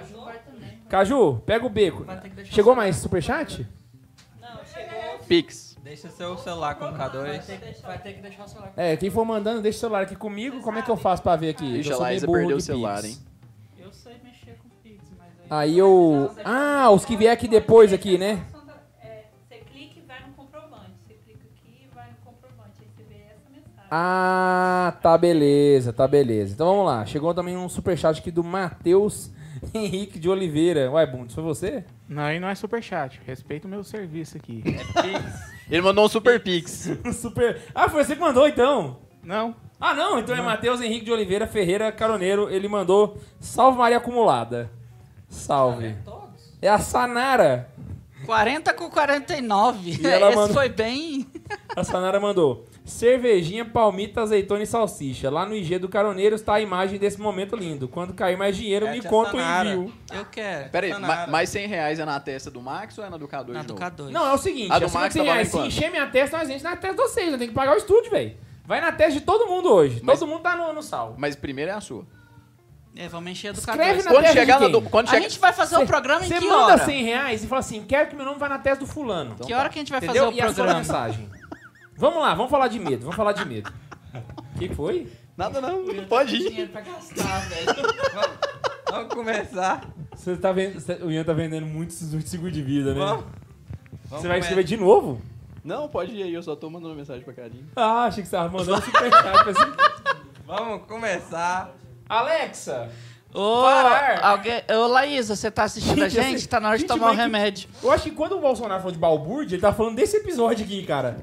Caju, pega o beco. Chegou mais superchat? Não, chegou. Pix. Deixa seu celular com o K dois. Vai ter que deixar o celular. É, quem for mandando, deixa o celular aqui comigo. Como é que eu faço pra ver aqui? Ixi, Eu a sou meio Laísa burro perdeu o de celular, Pix. hein? Eu sei mexer com Pix, mas aí... Aí eu... Ah, os que vier aqui depois aqui, né? É, você clica e vai no comprovante. Você clica aqui e vai no comprovante. Aí você vê essa mensagem. Ah, tá beleza, tá beleza. Então vamos lá. Chegou também um superchat aqui do Matheus Henrique de Oliveira. Uai, Bundes, foi você? Não, aí não é superchat. Respeita o meu serviço aqui. Ele mandou um super Pix. Um super... Ah, foi você que mandou então? Não. Ah, não. Então é Matheus Henrique de Oliveira Ferreira, caroneiro. Ele mandou Salve Maria Acumulada. Salve. É a Sanara. quarenta com quarenta e nove. E ela Esse manda- foi bem... A Sanara mandou cervejinha, palmita, azeitona e salsicha. Lá no I G do Caroneiros tá a imagem desse momento lindo. Quando cair mais dinheiro, É, me tia conta o Sanara. envio. Eu quero. Pera aí, Sanara. ma- mais cem reais é na testa do Max ou é na do K dois Na de do novo? K dois. Não, é o seguinte, A do acima Max de cem tá reais, valendo se quanto? encher minha testa, nós enche na testa de vocês. Eu tenho que pagar o estúdio, velho. Vai na testa de todo mundo hoje. Mas- Todo mundo tá no, no sal. Mas primeiro é a sua. É, vamos encher do Escreve K dois. na Quando testa chegar, de na quem? do, quando A chega... gente vai fazer o programa em Você que manda hora? cem reais e fala assim, quero que meu nome vá na testa do fulano. Que hora que a gente vai Entendeu? fazer o E a sua programa? mensagem. Vamos lá, vamos falar de medo. Vamos falar de medo. O que foi? Nada não, pode ir. Dinheiro pra gastar, velho. Vamos começar. Você tá vendo, você- o Ian tá vendendo muito seguro de vida, né? Vamos. Vamos Você vai começar. escrever de novo? Não, pode ir aí, eu só tô mandando mensagem pra carinho. Ah, achei que você tava mandando superchat pra esse... Vamos começar. Alexa! Ô, Parar. alguém... Ô, Laísa, você tá assistindo a Gente, gente? assim, Tá na hora de gente, tomar o mas que- remédio. Eu acho que quando o Bolsonaro falou de balbúrdia, ele tá falando desse episódio aqui, cara.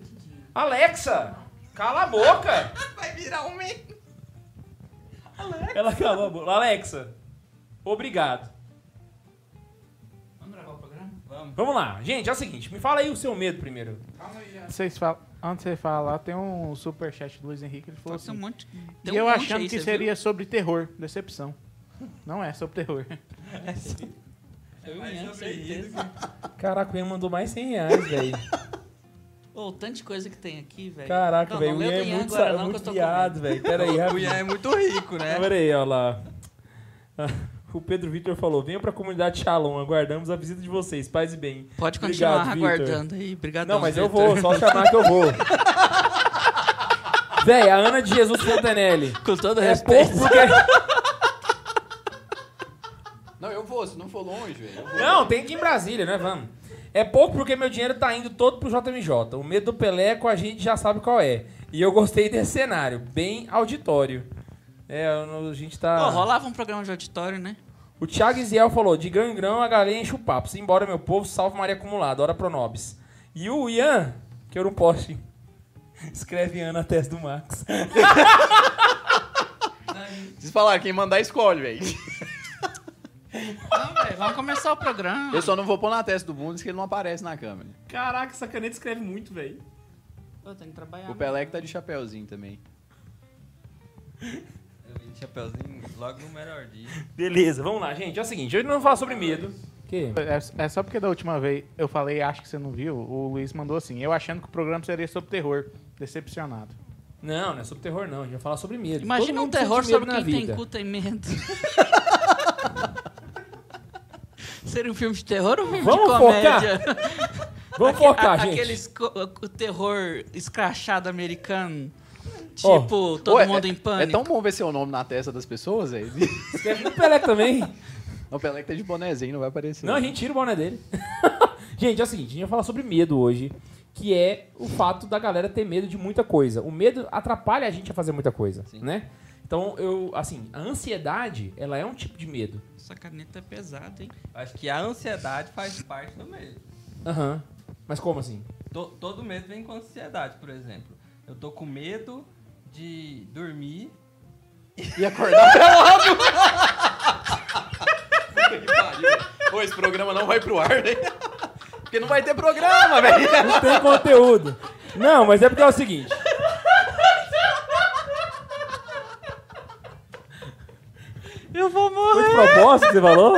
Alexa! Cala a boca! Vai virar um meme. Ela calou a boca. Alexa, obrigado. Vamos lá. Gente, é o seguinte. Me fala aí o seu medo primeiro. Vocês falam, antes de você falar, tem um superchat do Luiz Henrique, ele falou Tem um assim, monte, e tem um eu monte achando aí, que você seria sobre terror, decepção. Não é sobre terror. viu? Eu mais Ian, sobre isso. certeza. Caraca, o Ian mandou mais cem reais, velho. Ô, tanta de coisa que tem aqui, velho. Caraca, Não, velho. não O lê Ian do é Ian muito, agora sa- não, que muito eu tô com viado, medo. velho. Pera aí, O Ian rapidinho. é muito rico, né? Ah, Pera aí, ó lá. Ah, O Pedro Vitor falou, venham pra comunidade Shalom, aguardamos a visita de vocês, paz e bem. Pode continuar Obrigado, Vitor. aguardando aí. Obrigado. Não, mas eu vou, só chamar que eu vou. Véi, a Ana de Jesus Fontenelle. Com todo É respeito. pouco porque... Não, eu vou, se não for longe, velho. eu vou. Não, tem aqui em Brasília, né? Vamos. É pouco porque meu dinheiro tá indo todo pro J M J. O medo do Peleco a gente já sabe qual é. E eu gostei desse cenário, bem auditório. É, a gente tá... Pô, rolava um programa de auditório, né? O Thiago Isiel falou, de grão em grão a galinha enche o papo. Simbora, meu povo, salve Maria Acumulada, ora pronobis. E o Ian, que eu não posso... Escreve Ian na testa do Max. Vocês falaram, quem mandar escolhe, velho. Não, velho, vamos começar o programa. Eu só não vou pôr na testa do Bundes que ele não aparece na câmera. Caraca, essa caneta escreve muito, velho. Pô, tem que trabalhar. O Pelé que tá de chapéuzinho também. Eu vim de chapeuzinho logo no melhor dia. Beleza, vamos lá, gente. É o seguinte, hoje não vamos falar sobre medo. Que? É, é só porque da última vez eu falei, acho que você não viu, o Luiz mandou assim, eu achando que o programa seria sobre terror, decepcionado. Não, não é sobre terror, não. A gente vai falar sobre medo. Imagina Todo um mundo terror sente medo sobre na quem vida. tem cu tem medo. Seria um filme de terror ou um filme Vamos de comédia? Vamos Aque- focar, a- gente. Aqueles co- o terror escrachado americano. Ó, Tipo, todo Ô, mundo é, em pânico. É tão bom ver seu nome na testa das pessoas, velho. Escreve no Pelé também. O Pelé que tá de bonézinho, não vai aparecer. Não, a gente tira o boné dele. Gente, é o seguinte, a gente vai falar sobre medo hoje, que é o fato da galera ter medo de muita coisa. O medo atrapalha a gente a fazer muita coisa, Sim. né? Então, eu, assim, a ansiedade, ela é um tipo de medo. Essa caneta é pesada, hein? Acho que a ansiedade faz parte do medo. Aham. Mas como assim? To- todo medo vem com ansiedade, por exemplo. Eu tô com medo de dormir. E acordar pelado. Puta que pariu, velho. Pô, esse programa não vai pro ar, né? Porque não vai ter programa, velho. Não tem conteúdo. Não, mas é porque é o seguinte. Eu vou Foi morrer! de propósito que você falou?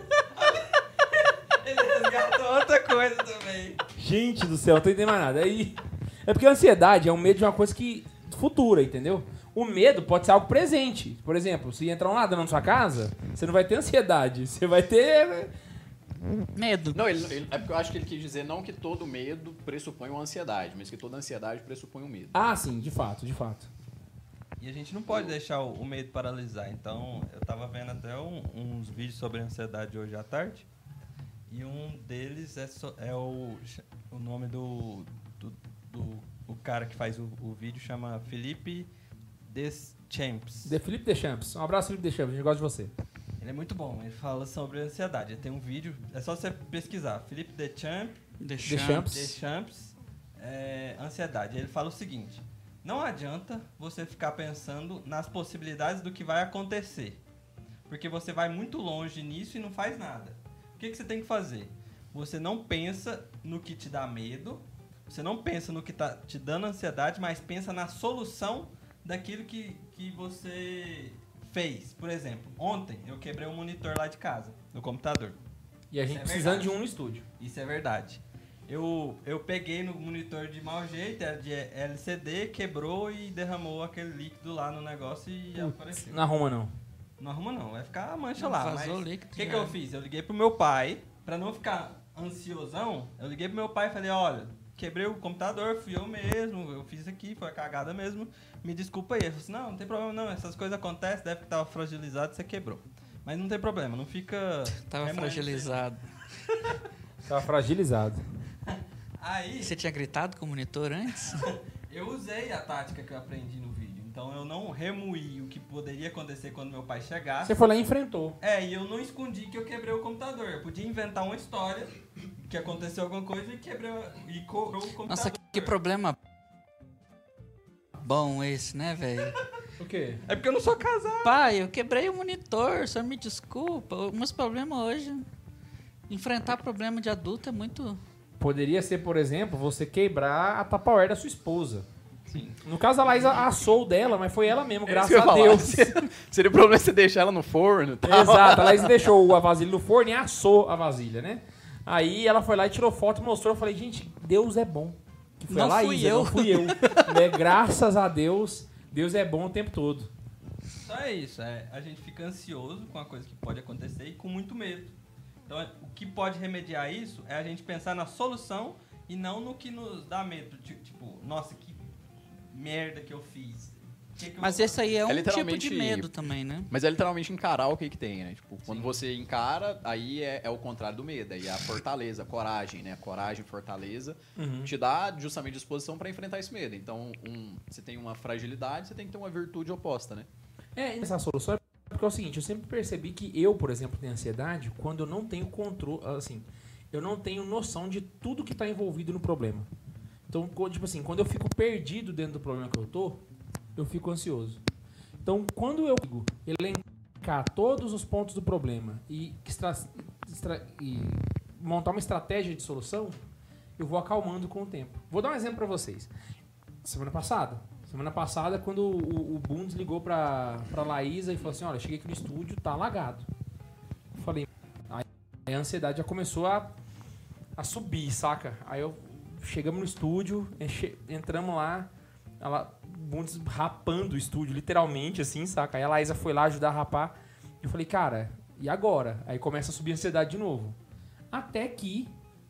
Ele resgatou outra coisa também. Gente do céu, não tô entendendo mais nada. Aí, é porque a ansiedade é um medo de uma coisa que futura, entendeu? O medo pode ser algo presente. Por exemplo, se entrar um ladrão na sua casa, você não vai ter ansiedade. Você vai ter... Medo. Não, ele, ele- é porque eu acho que ele quis dizer não que todo medo pressupõe uma ansiedade, mas que toda ansiedade pressupõe um medo. Ah, sim, de fato, de fato. E a gente não pode deixar o, o medo paralisar. Então, eu tava vendo até um- uns vídeos sobre ansiedade hoje à tarde. E um deles é, so- é o, o nome do, do, do- o cara que faz o, o vídeo, chama Felipe Deschamps. De Felipe Deschamps. Um abraço, Felipe Deschamps. A gente gosta de você. Ele é muito bom, ele fala sobre ansiedade. Ele tem um vídeo, é só você pesquisar. Felipe Deschamps, Deixa. Deschamps. Deschamps é, ansiedade. Ele fala o seguinte: não adianta você ficar pensando nas possibilidades do que vai acontecer, porque você vai muito longe nisso e não faz nada. O que, que você tem que fazer? Você não pensa no que te dá medo, você não pensa no que está te dando ansiedade, mas pensa na solução daquilo que, que você fez. Por exemplo, ontem eu quebrei um monitor lá de casa, no computador. E a gente Isso é precisando verdade. de um no estúdio. Isso é verdade. Eu, eu peguei no monitor de mau jeito, era de L C D, quebrou e derramou aquele líquido lá no negócio e apareceu. Não arruma, não. Não arruma não, vai ficar a mancha Não, lá. vazou Mas o o líquido que, que já. eu fiz? Eu liguei pro meu pai, pra não ficar ansiosão, eu liguei pro meu pai e falei, olha, quebrei o computador, fui eu mesmo, eu fiz aqui, foi a cagada mesmo, me desculpa aí. Ele falou assim, não, não tem problema não, essas coisas acontecem, deve que tava fragilizado, você quebrou. Mas não tem problema, não fica... Tava remoendo isso aí. fragilizado. Tava fragilizado. Aí... Você tinha gritado com o monitor antes? Eu usei a tática que eu aprendi no vídeo, então eu não remoí o que poderia acontecer quando meu pai chegasse. Você foi lá e enfrentou. É, e eu não escondi que eu quebrei o computador. Eu podia inventar uma história que aconteceu alguma coisa e quebrou e cobrou o computador. Nossa, que problema bom esse, né, velho? O quê? É porque eu não sou casado. Pai, eu quebrei o monitor, só me desculpa. Os meus problemas hoje Enfrentar problema de adulto é muito... Poderia ser, por exemplo, você quebrar a Tupperware da sua esposa. Sim. No caso, a Laísa assou dela, mas foi ela mesmo, É graças isso que eu a ia falar. Deus. Seria, seria o problema você deixar ela no forno e tal. Exato, a Laísa deixou a vasilha no forno e assou a vasilha, né? Aí ela foi lá e tirou foto e mostrou. Eu falei, gente, Deus é bom. Que foi Não a Laísa, fui eu. não fui eu. Né? Graças a Deus, Deus é bom o tempo todo. Só é isso, é, a gente fica ansioso com a coisa que pode acontecer e com muito medo. Então, o que pode remediar isso é a gente pensar na solução e não no que nos dá medo. Tipo, nossa, que merda que eu fiz. Que que eu Mas vou esse aí é um tipo literalmente- de medo também, né? Mas é literalmente encarar o que que tem, né? Tipo, quando você encara, aí é, é o contrário do medo. Aí é a fortaleza, a coragem, né? Coragem, fortaleza, Uhum. te dá justamente disposição pra enfrentar esse medo. Então, um, você tem uma fragilidade, você tem que ter uma virtude oposta, né? É, essa solução é porque é o seguinte, eu sempre percebi que eu, por exemplo, tenho ansiedade quando eu não tenho controle, assim, eu não tenho noção de tudo que está envolvido no problema. Então, co- tipo assim, quando eu fico perdido dentro do problema que eu tô, eu fico ansioso. Então, quando eu consigo elencar todos os pontos do problema e, extra, extra, e montar uma estratégia de solução, eu vou acalmando com o tempo. Vou dar um exemplo para vocês. Semana passada, Semana passada, quando o, o Bundes ligou pra, pra Laísa e falou assim, olha, cheguei aqui no estúdio, tá alagado. Eu falei, aí a ansiedade já começou a, a subir, saca? Aí eu, chegamos no estúdio, enche, entramos lá, ela, o Bundes rapando o estúdio, literalmente, assim, saca? Aí a Laísa foi lá ajudar a rapar. E eu falei, cara, e agora? Aí começa a subir a ansiedade de novo. Até que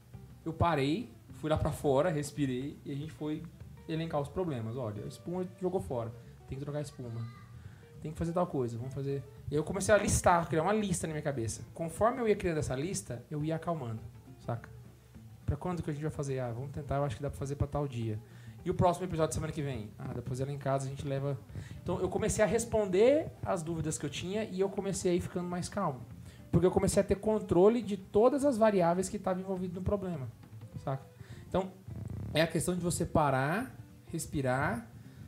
eu parei, fui lá pra fora, respirei, e a gente foi elencar os problemas. Olha, a espuma jogou fora. Tem que trocar a espuma. Tem que fazer tal coisa. Vamos fazer... E aí eu comecei a listar, criar uma lista na minha cabeça. Conforme eu ia criando essa lista, eu ia acalmando, saca? Pra quando que a gente vai fazer? Ah, vamos tentar, eu acho que dá pra fazer pra tal dia. E o próximo episódio da semana que vem? Ah, dá pra fazer lá em casa, a gente leva... Então eu comecei a responder as dúvidas que eu tinha e eu comecei a ir ficando mais calmo. Porque eu comecei a ter controle de todas as variáveis que estavam envolvidas no problema, saca? Então, é a questão de você parar, respirar,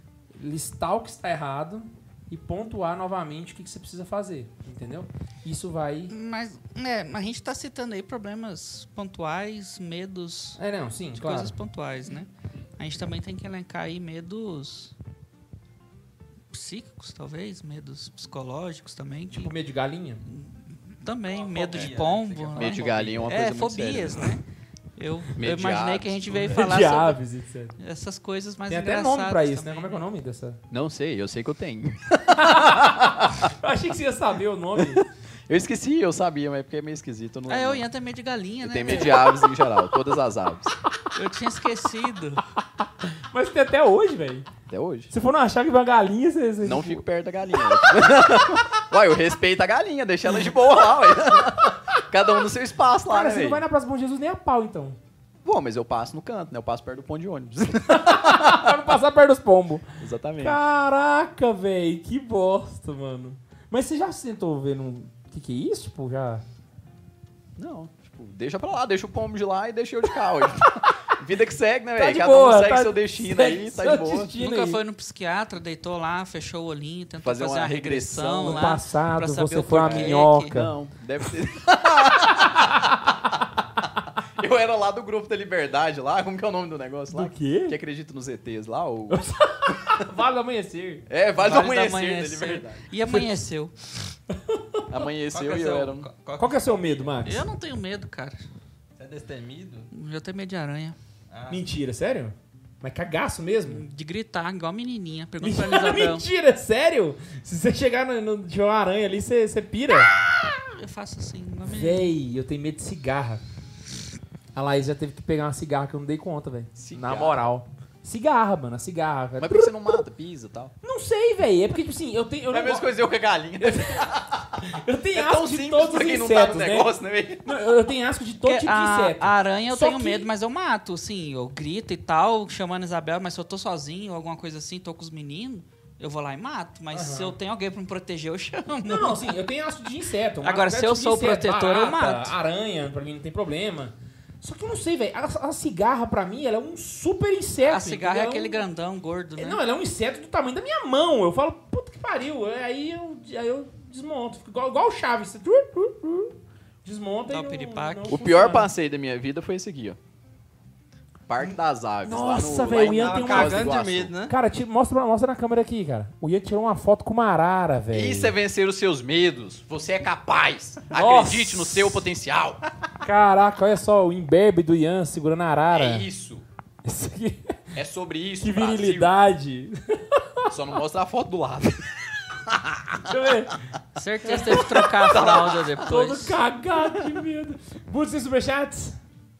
listar o que está errado e pontuar novamente o que, que você precisa fazer, entendeu? Isso vai... Mas, é, a gente tá citando aí problemas pontuais, medos É, não, sim, de claro. coisas pontuais, né? A gente também tem que elencar aí medos psíquicos, talvez, medos psicológicos também. Tipo Tipo, medo de galinha. Uma também, medo fobia, de né? pombo. Você quer falar né? Medo de galinha é uma coisa É, muito fobias, séria. né? Eu, eu Medo de imaginei aves, que a gente tudo. veio De falar sobre aves, etcétera. essas coisas mais Tem até engraçadas nome pra isso, né? também, Como é que é o nome dessa... Não sei, eu sei que eu tenho. Eu achei que você ia saber o nome. Eu esqueci, eu sabia, mas é porque é meio esquisito. Eu não, É, eu não- ia ter medo de galinha, eu né? tenho medo de aves em geral, todas as aves. Eu tinha esquecido. Mas tem até hoje, velho. Até hoje. Se for não achar que uma galinha, você... você- Não fico perto da galinha. Ué, eu respeito a galinha, deixa ela de boa lá, ué. Cada um no seu espaço lá, Cara, né, você não vai velho? na Praça Bom Jesus nem a pau, então. Bom, mas eu passo no canto, né? Eu passo perto do ponto de ônibus. Pra não passar perto dos pombos. Exatamente. Caraca, velho, que bosta, mano. Mas você já se tentou ver num... O que que é isso? Tipo, já... Não, tipo, deixa pra lá, deixa o pombo de lá e deixa eu de cá hoje. Vida que segue, né, Tá velho? de Cada boa, um segue tá- seu destino segue aí, tá seu de boa. destino. Nunca aí. foi no psiquiatra, deitou lá, fechou o olhinho, tentou Fazer fazer, uma uma regressão, regressão, No né? lá. passado, pra saber você o foi uma porquê minhoca. que- Não, deve ser. Eu era lá do grupo da Liberdade lá, como que é o nome do negócio lá? Do quê? Que acredita nos E Tês lá, ou... Vale do amanhecer. É, Vale, Vale do do Amanhecer, Amanhecer. da Liberdade. E amanheceu. Amanheceu Qual que e é eu seu- era um... qual- Qual que é o seu medo, Max? Eu não tenho medo, cara. Você é destemido? Eu tenho medo de aranha. Ah, Mentira, sério? Mas cagaço mesmo? De gritar, igual a menininha. Pergunta pra Isabel. Mentira, sério? Se você chegar no, no de uma aranha ali, você, você pira? Eu faço assim, igual a menininha. Véi, eu tenho medo de cigarra. A Laís já teve que pegar uma cigarra que eu não dei conta, velho. Na Cigarra? moral. Cigarra, mano, a cigarra. Mas por que você não mata, pisa e tal? Não sei, velho. É porque, tipo assim, eu tenho. Eu É a não mesma go- coisa eu com a galinha. Eu tenho É asco tão de simples todos pra os quem não tá no insetos, né? negócio, né, velho? Não, eu eu tenho asco de todo Porque tipo de a, inseto. a aranha eu Só tenho que- medo, mas eu mato, assim, eu grito e tal, chamando a Isabel, mas se eu tô sozinho ou alguma coisa assim, tô com os meninos, eu vou lá e mato. Mas Aham. se eu tenho alguém pra me proteger, eu chamo. Não, não, sim, eu tenho asco de inseto. Agora, qualquer se eu tipo de sou o inseto, protetor, eu barata, mato. Aranha, pra mim não tem problema. Só que eu não sei, velho. A, a cigarra, pra mim, ela é um super inseto. A cigarra é entendeu? aquele grandão, gordo, né? Não, ela é um inseto do tamanho da minha mão. Eu falo, puta que pariu. Aí eu, aí eu desmonto. Fico igual, igual o Chaves. desmonta Dá e o não, piripaque. não O funciona. pior passeio da minha vida foi esse aqui, ó. Parque das Aves. Nossa, lá no, velho, lá o em Ian Foz tem do uma- Cagando de Iguaçu. medo, né? Cara, tira- mostra, mostra na câmera aqui, cara. O Ian tirou uma foto com uma arara, velho. Isso é vencer os seus medos. Você é capaz. Nossa. Acredite no seu potencial. Caraca, olha só, o imberbe do Ian segurando a arara. É isso. Isso aqui. É sobre isso, Que Brasil. virilidade. Só não mostra a foto do lado. Deixa eu ver. Certeza que teve que trocar a fralda Todo depois. cagado de medo. Bundes, tem superchats?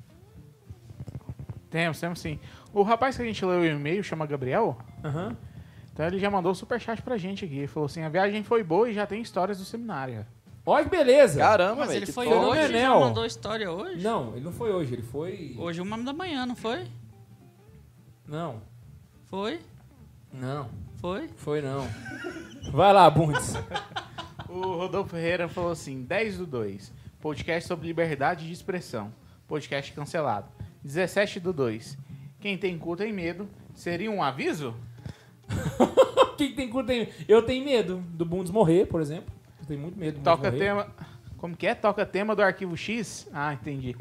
Temos, temos sim. O rapaz que a gente leu o e-mail chama Gabriel. Aham. Então ele já mandou o superchat pra gente aqui. Ele falou assim, a viagem foi boa e já tem histórias do seminário. Olha que beleza. Caramba, Mas velho. ele que foi top. top. hoje, já Fenomenal. mandou história hoje? Não, ele não foi hoje, ele foi... Hoje uma da manhã, não foi? Não, Foi? não, Foi? foi não. Vai lá, Bundes. O Rodolfo Ferreira falou assim, dez do dois, podcast sobre liberdade de expressão. Podcast cancelado. dezessete do dois, quem tem cu tem medo. Seria um aviso? Quem tem cu tem... Eu tenho medo do Bundes morrer, por exemplo. Eu tenho muito medo do Bundes Toca morrer. tema... Como que é? Toca tema do Arquivo X? Ah, entendi.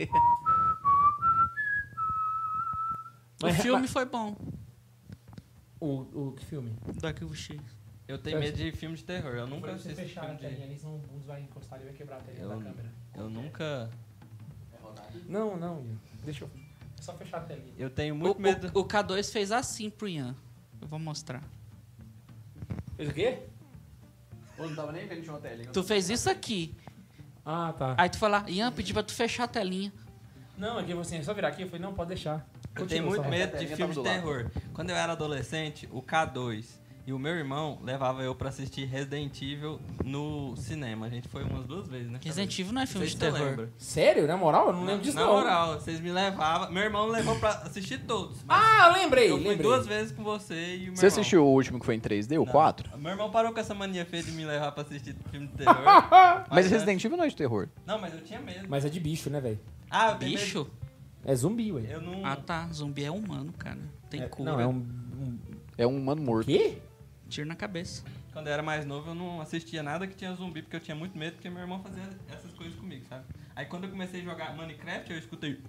O Mas- filme foi bom, O, o que filme? do Arquivo X. Eu tenho medo de filme de terror. Eu nunca assisti filme de... ali, senão o Bundes vai encostar e vai quebrar a telinha Eu- da câmera. Eu nunca... Não, não, Ian. Deixa eu... É só fechar a telinha. Eu tenho O, muito medo... o, o K dois fez assim pro Ian. Eu vou mostrar. Fez o quê? Pô, não tava nem vendo de uma telinha. Tu fez isso aqui. Ah, tá. Aí tu foi lá, Ian, pedi pra tu fechar a telinha. Não, aqui você é só virar aqui. Eu falei, não, pode deixar. Eu Continua, tenho muito só. medo A de telinha filme de tava do lado. terror. Quando eu era adolescente, o K dois e o meu irmão levava eu pra assistir Resident Evil no cinema. A gente foi umas duas vezes, né? Resident Evil não é Não filme sei de se tu terror. lembra. Sério? Na moral? Eu não lembro Na, disso, na não. moral, vocês me levavam. Meu irmão levou pra assistir todos. Mas Ah, lembrei, eu fui lembrei. duas vezes com você e o meu Você irmão. assistiu o último que foi em três D, o Não. quatro? Meu irmão parou com essa mania feia de me levar pra assistir filme de terror. Mas né? Resident Evil não é de terror. Não, mas eu tinha medo. Mas é de bicho, né, velho? Ah, eu tenho medo- Bicho? É zumbi, ué. Eu não... Ah tá, zumbi é humano, cara. Tem É- cura. Não, é um... um... É um humano morto. Quê? Tiro na cabeça. Quando eu era mais novo, eu não assistia nada que tinha zumbi, porque eu tinha muito medo, porque meu irmão fazia essas coisas comigo, sabe? Aí quando eu comecei a jogar Minecraft, eu escutei...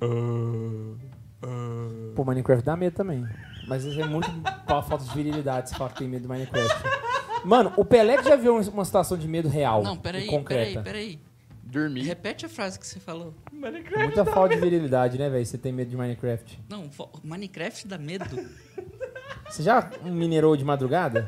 Pô, Minecraft dá medo também. Mas isso é muito pa- falta de virilidade, se fala que tem medo do Minecraft. Mano, o Pelé já viu uma situação de medo real Não, e peraí, concreta. peraí, peraí. Dormir. Repete a frase que você falou. Muita falta de virilidade, né, velho? Você tem medo de Minecraft. Não, vo- Minecraft dá medo. Você já minerou de madrugada?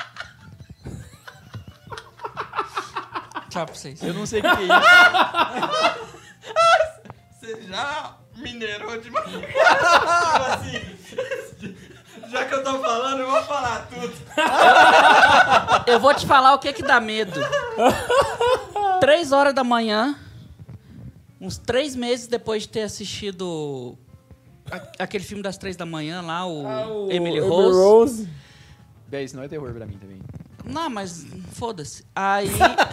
Tchau pra vocês. Eu não sei o que, que é isso. Você já minerou de Minecraft? Tipo assim... Já que eu tô falando, eu vou falar tudo. Eu vou te falar o que que dá medo. Três horas da manhã, uns três meses depois de ter assistido a- aquele filme das três da manhã lá, o, Emily Rose. Véi, isso não é terror pra mim também. Não, mas foda-se. Aí,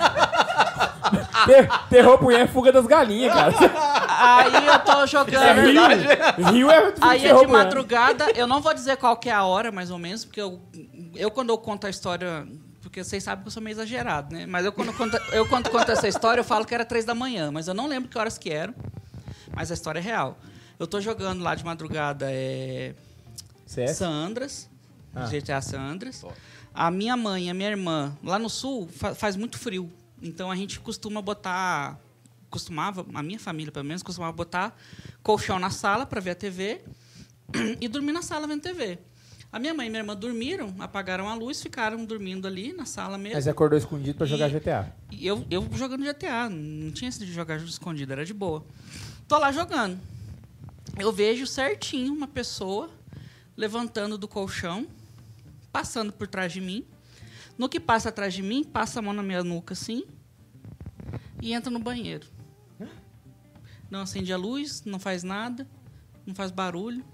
Ter, terror pro Ian é fuga das galinhas, cara. aí eu tô É jogando. Rio. Rio é Aí é terror de pro Ian. madrugada, eu não vou dizer qual que é a hora, mais ou menos, porque eu, eu quando eu conto a história, porque vocês sabem que eu sou meio exagerado, né? Mas eu quando conto, eu quando conto essa história, eu falo que era três da manhã, mas eu não lembro que horas que eram, mas a história é real. Eu tô jogando lá de madrugada é, C S? San Andreas, Ah. G T A San Andreas. A minha mãe e a minha irmã, lá no sul, fa- faz muito frio, então a gente costuma botar... Costumava, a minha família pelo menos, costumava botar colchão na sala para ver a T V e dormir na sala vendo T V. A minha mãe e minha irmã dormiram, apagaram a luz, ficaram dormindo ali na sala mesmo. Mas você acordou escondido pra E- jogar G T A. E eu, eu jogando G T A, não tinha esse de jogar escondido, era de boa. Tô lá jogando. Eu vejo certinho uma pessoa levantando do colchão, passando por trás de mim. No que passa atrás de mim, passa a mão na minha nuca assim e entra no banheiro. Não acende a luz, não faz nada, não faz barulho.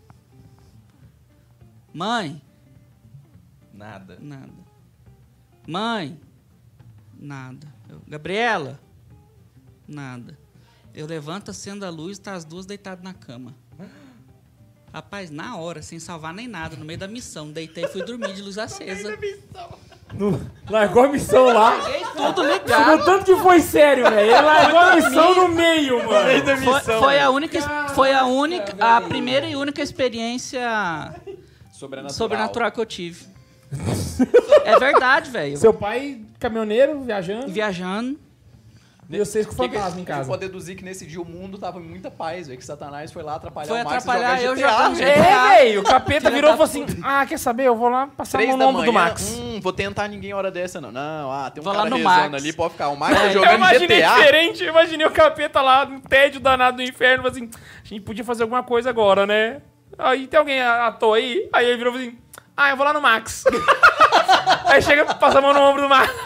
Mãe, Nada. nada. Mãe, nada. Eu, Gabriela, nada. Eu levanto, acendo a luz, tá as duas deitadas na cama. Rapaz, na hora, sem salvar nem nada, no meio da missão, deitei e fui dormir de luz acesa. No, largou a missão lá. Peguei tudo No ligado. tanto que foi sério, velho. Ele largou a missão no meio, mano. Foi, foi a única, Caraca, foi a única, a velho. primeira e única experiência Sobrenatural. sobrenatural que eu tive. É verdade, velho. Seu pai, caminhoneiro, viajando. Viajando. E vocês com Que que fantasma em a casa. gente pode deduzir que nesse dia o mundo tava em muita paz, velho. Que Satanás foi lá atrapalhar Foi o Max atrapalhar e eu jogar jogando G T A, G T A. velho. É, velho. O capeta Filha virou e da falou assim: Ah, quer saber? Eu vou lá passar Três no da lombo manhã, do Max. Hum, vou tentar ninguém hora dessa, não. Não, ah, tem um Vou lá cara no rezando Max. ali, pode ficar. O Max É, tá eu jogando Eu imaginei G T A. diferente, eu imaginei o capeta lá, no tédio danado do inferno, falou assim, a gente podia fazer alguma coisa agora, né? Aí tem alguém à à toa aí? Aí ele virou e falou assim, ah, eu vou lá no Max. Aí chega, passa a mão no ombro do Max.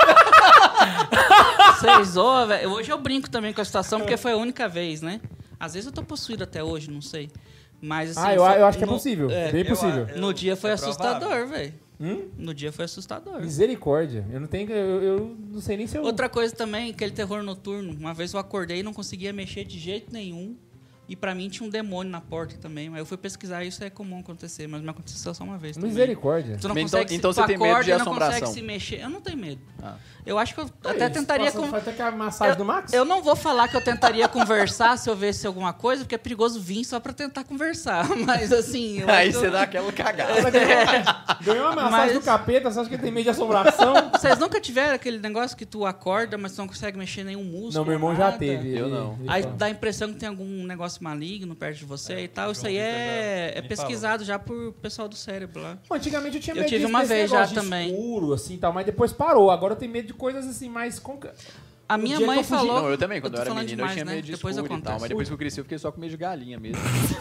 Vocês zoam, velho. Hoje eu brinco também com a situação, porque foi a única vez, né? Às vezes eu tô possuído até hoje, não sei. Mas assim. Ah, eu, foi- eu acho que é no- possível, é, bem Eu- possível. eu- No dia foi é assustador, provável. velho. Hum? No dia foi assustador. Misericórdia, eu não tenho, eu, eu não sei nem se eu... Outra coisa também, aquele terror noturno. Uma vez eu acordei e não conseguia mexer de jeito nenhum. E pra mim tinha um demônio na porta também. Mas eu fui pesquisar, isso é comum acontecer, mas me aconteceu só uma vez também. Misericórdia. Tu não Então- consegue se- então tu você tem medo de acorda e não assombração. consegue se mexer. Eu não tenho medo. Ah. Eu acho que eu até tentaria... com... Com... Vai ter que a massagem do Max? Eu não vou falar que eu tentaria conversar se eu visse alguma coisa, porque é perigoso vir só pra tentar conversar. Mas assim... Eu Aí acho você que eu- dá aquela cagada. Ganhou uma massagem Mas- do capeta, você acha que ele tem medo de assombração? Vocês nunca tiveram aquele negócio que tu acorda, mas tu não consegue mexer nenhum músculo? Não, meu irmão já nada? teve. Eu ele- não. ele Aí fala. dá a impressão que tem algum negócio maligno perto de você e tal. o Isso aí João é, Vitor já é me pesquisado já por pessoal do cérebro lá. Pô, antigamente eu tinha Eu medo tive desse- uma desse vez já negócio de também. escuro, assim, tal, mas depois parou. Agora eu tenho medo de coisas assim mais concretas. A O minha dia que mãe eu fugi- falou... Não, eu também, quando tô eu, era falando menino, demais, eu tinha né? medo de Depois escuro e tal. acontece. Mas depois que eu cresci, eu fiquei só com medo de galinha mesmo.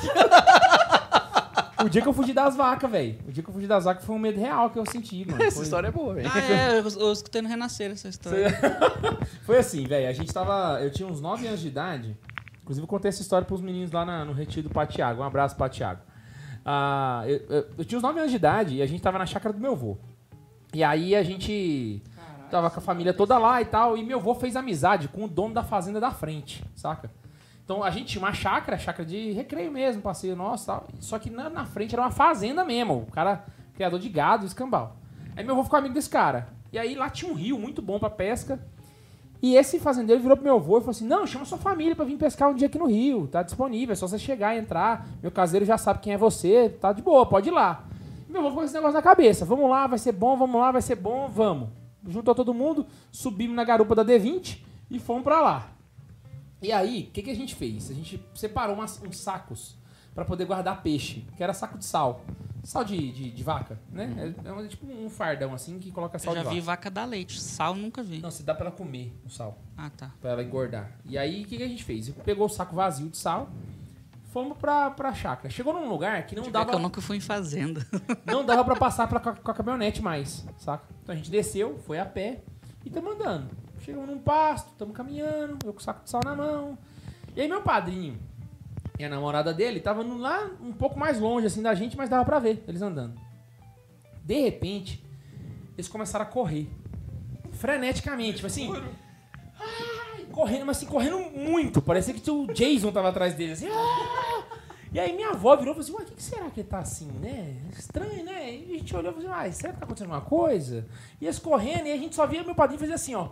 O dia que eu fugi das vacas, velho. O dia que eu fugi das vacas foi um medo real que eu senti, mano. Essa Foi- história é boa, velho. Ah, é, eu, eu escutei no Renascer essa história. Foi assim, velho. A gente tava. Eu tinha uns nove anos de idade. Inclusive, eu contei essa história pros meninos lá na- no retiro do Patiago. Um abraço, Patiago. Ah, eu, eu, eu tinha uns nove anos de idade e a gente tava na chácara do meu avô. E aí a gente tava com a família toda lá e tal. E meu avô fez amizade com o dono da fazenda da frente, saca? Então a gente tinha uma chácara, chácara de recreio mesmo, passeio nosso e tal. Só que na, na frente era uma fazenda mesmo. O cara, criador de gado, escambau. Aí meu avô ficou amigo desse cara. E aí lá tinha um rio muito bom pra pesca. E esse fazendeiro virou pro meu avô e falou assim: não, chama sua família pra vir pescar um dia aqui no rio. Tá disponível, é só você chegar e entrar. Meu caseiro já sabe quem é você, tá de boa, pode ir lá. E meu avô ficou com esse negócio na cabeça. Vamos lá, vai ser bom, vamos lá, vai ser bom, vamos. Juntou todo mundo, subimos na garupa da D vinte e fomos pra lá. E aí, o que, que a gente fez? A gente separou umas- uns sacos pra poder guardar peixe, que era saco de sal. Sal de, de, de vaca, né? É, é uma- tipo um fardão assim que coloca sal Eu já de vaca. vi vaca dar leite. Sal nunca vi. Não, se dá pra ela comer o sal. Ah, tá. Pra ela engordar. E aí, o que, que a gente fez? Pegou o saco vazio de sal, fomos pra, pra chácara. Chegou num lugar que não Não dava, que eu nunca fui em fazenda. não dava pra passar pra, com a- com a caminhonete mais, saca? Então a gente desceu, foi a pé e tamo andando. Chegamos num pasto, tamo caminhando, eu com o saco de sal na mão. E aí meu padrinho e a namorada dele estavam lá um pouco mais longe assim da gente, mas dava pra ver eles andando. De repente, eles começaram a correr. Freneticamente, tipo assim... Ai, correndo, mas assim, correndo muito. Parecia que o Jason tava atrás deles. Assim, ah! E aí minha avó virou e falou assim, ué, o que, que será que ele tá assim, né? Estranho, né? E a gente olhou e falou assim, ah, será que tá acontecendo alguma coisa? E eles correndo, e a gente só via meu padrinho fazer assim, ó.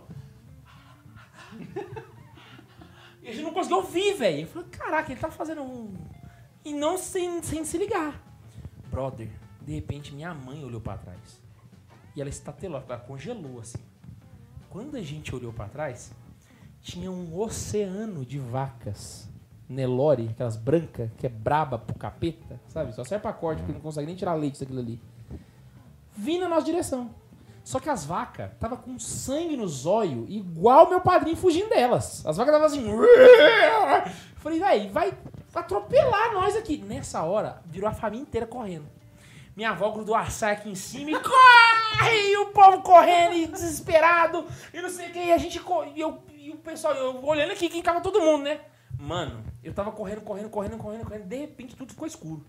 E a gente não conseguiu ouvir, velho. Eu falei, caraca, ele tá fazendo um... E não sem, sem se ligar. Brother, de repente minha mãe olhou pra trás. E ela estatelou, ela congelou assim. Quando a gente olhou pra trás, tinha um oceano de vacas. Nelore, aquelas brancas, que é braba pro capeta, sabe? Só serve pra corte, porque não consegue nem tirar leite daquilo ali. Vindo na nossa direção. Só que as vacas tava com sangue no zóio, igual meu padrinho fugindo delas. As vacas estavam assim... Eu falei, velho, vai atropelar nós aqui. Nessa hora, virou a família inteira correndo. Minha avó grudou a saia aqui em cima e corre! E o povo correndo e desesperado. E não sei o que. E a gente... co- E, eu, e o pessoal... Eu olhando aqui, quem tava todo mundo, né? Mano, eu tava correndo, correndo, correndo, correndo, correndo. De repente, tudo ficou escuro.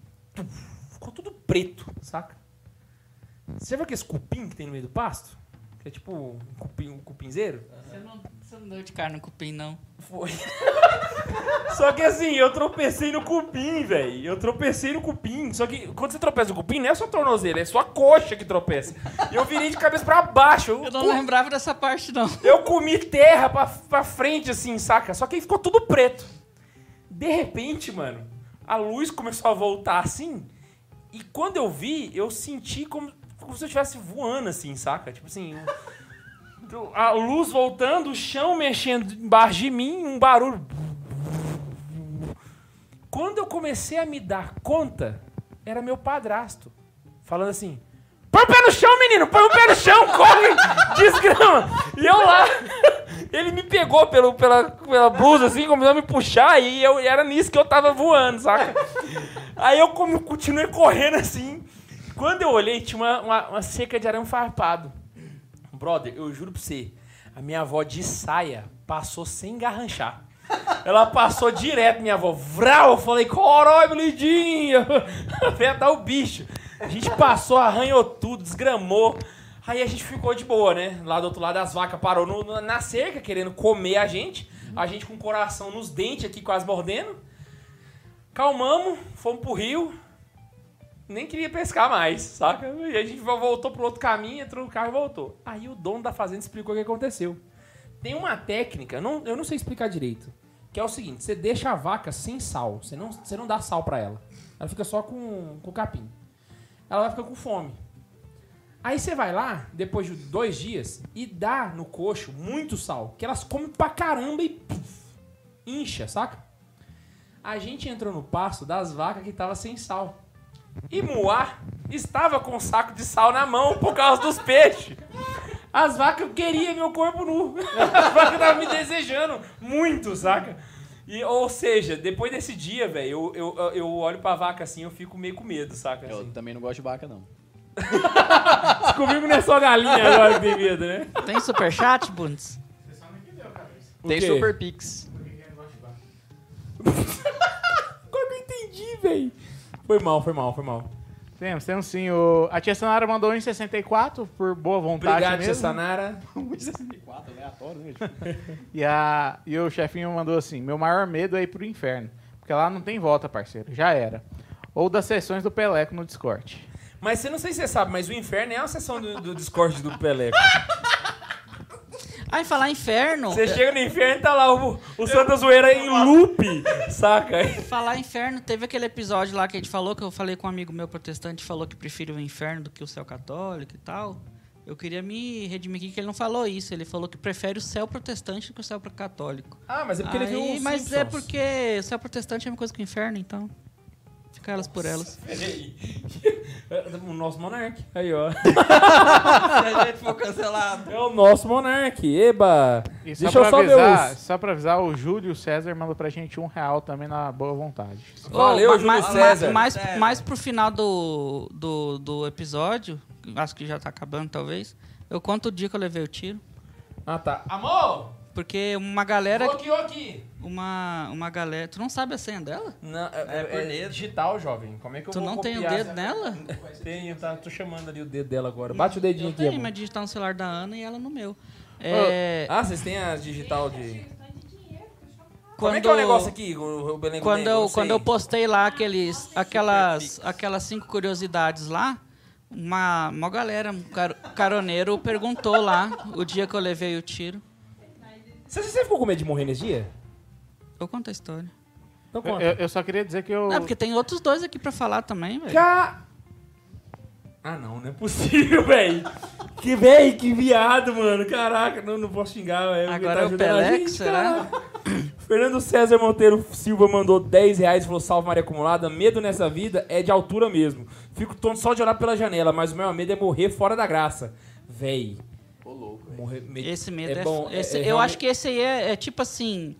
Ficou tudo preto, saca? Você viu aquele cupim que tem no meio do pasto? Que é tipo um, cupim, um cupinzeiro. Você não, você não deu de cara no cupim, não. Foi. Só que assim, eu tropecei no cupim, velho. Eu tropecei no cupim. Só que quando você tropeça no cupim, não é sua tornozela, é sua coxa que tropeça. E eu virei de cabeça pra baixo. Eu, Eu não cu- lembrava dessa parte, não. eu comi terra pra, pra frente, assim, saca? Só que aí ficou tudo preto. De repente, mano, a luz começou a voltar assim. E quando eu vi, eu senti como, como se eu estivesse voando, assim, saca? Tipo assim... um- a luz voltando, o chão mexendo embaixo de mim, um barulho. Quando eu comecei a me dar conta, era meu padrasto. Falando assim, põe o pé no chão, menino, põe o pé no chão, corre, desgrama. E eu lá, ele me pegou pelo, pela, pela blusa, assim, começou a me puxar, e eu, e era nisso que eu tava voando, saca? Aí eu como- continuei correndo assim. Quando eu olhei, tinha uma, uma, uma cerca de arame farpado. Brother, eu juro pra você, a minha avó de saia passou sem garranchar. Ela passou direto, minha avó. Vral, eu falei, corói, Lidinha. Veio dar o bicho. A gente passou, arranhou tudo, desgramou. Aí a gente ficou de boa, né? Lá do outro lado, as vacas parou no- no- na cerca, querendo comer a gente. A gente com o coração nos dentes aqui, quase mordendo. Calmamos, fomos pro rio. Nem queria pescar mais, saca? E a gente voltou pro outro caminho, entrou no carro e voltou. Aí o dono da fazenda explicou o que aconteceu. Tem uma técnica, não, eu não sei explicar direito, que é o seguinte, você deixa a vaca sem sal, você não, você não dá sal pra ela. Ela fica só com, com capim. Ela vai ficar com fome. Aí você vai lá, depois de dois dias, e dá no coxo muito sal, que elas comem pra caramba e puf, incha, saca? A gente entrou no pasto das vacas que tava sem sal. E Moá estava com um saco de sal na mão por causa dos peixes. As vacas queriam meu corpo nu. As vacas estavam me desejando muito, saca? E, ou seja, depois desse dia, velho, eu, eu, eu olho pra vaca assim, eu fico meio com medo, saca? Eu Assim. também não gosto de vaca, não. Comigo não é só galinha agora que tem medo, né? Tem superchat, Bundes? Tem quê? Super Pix. Agora que eu entendi, velho. Foi mal, foi mal, foi mal. Temos, temos sim. O... A tia Sanara mandou um e sessenta e quatro por boa vontade Obrigado, tia mesmo. Sanara. um e sessenta e quatro, aleatório, né? E, a... e o chefinho mandou assim, meu maior medo é ir pro inferno. Porque lá não tem volta, parceiro. Já era. Ou das sessões do Peleco no Discord. Mas você não sei se você sabe, mas o inferno é uma sessão do, do Discord do Peleco. Aí, falar inferno... Você chega no inferno e tá lá o, o Santa Zoeira em loop, saca? Falar inferno, teve aquele episódio lá que a gente falou, que eu falei com um amigo meu protestante, falou que prefere o inferno do que o céu católico e tal. Eu queria me redimir aqui que ele não falou isso. Ele falou que prefere o céu protestante do que o céu católico. Ah, mas é porque Aí, ele viu os mas Simpsons. é porque o céu protestante é a mesma coisa que o inferno, então... Fica elas por elas. Peraí. O nosso monarca. Aí, ó. Se a gente for cancelado. É o nosso monarca. Eba! E só Deixa eu pra só avisar, ver os... só pra avisar, o Júlio César mandou pra gente um real também na boa vontade. Valeu, Ô, Júlio mais, César. Mais, César. mais pro final do, do, do episódio, acho que já tá acabando talvez, eu conto o dia que eu levei o tiro. Ah, tá. Amor! Porque uma galera... Bloqueou aqui. Uma, uma galera... Tu não sabe a senha dela? Não, é, É por é dedo. digital, jovem. Como é que eu Tu vou não tem o copiar dedo essa- nela? Tenho, tá. Tô chamando ali o dedo dela agora. Bate o dedinho Eu aqui, tenho, amor. mas digitar no celular da Ana e ela no meu. É, Ah, vocês têm a digital de... quando, Como é que é o negócio aqui, o, o Belengo Quando Dengo? eu, Não sei. quando eu postei lá aqueles, aquelas, aquelas cinco curiosidades lá, uma, uma galera, um car- caroneiro, perguntou lá o dia que eu levei o tiro. Você, você ficou com medo de morrer nesse dia? Eu conto a história. Então Eu, conta. eu- eu só queria dizer que eu... Não, porque tem outros dois aqui pra falar também, velho. Ca... Ah, não, não é possível, velho. Que, velho, que viado, mano. Caraca, não, não posso xingar, velho. Agora Tá é o ajudando a Peleco, gente, será? cara. Fernando César Monteiro Silva mandou dez reais e falou: salve Maria Acumulada. Medo nessa vida é de altura mesmo. Fico tonto só de olhar pela janela, mas o meu medo é morrer fora da graça. Véi. Ô, louco. Morrer, me- Esse medo é... bom, esse- é- é eu realmente- acho que esse aí é, é tipo assim...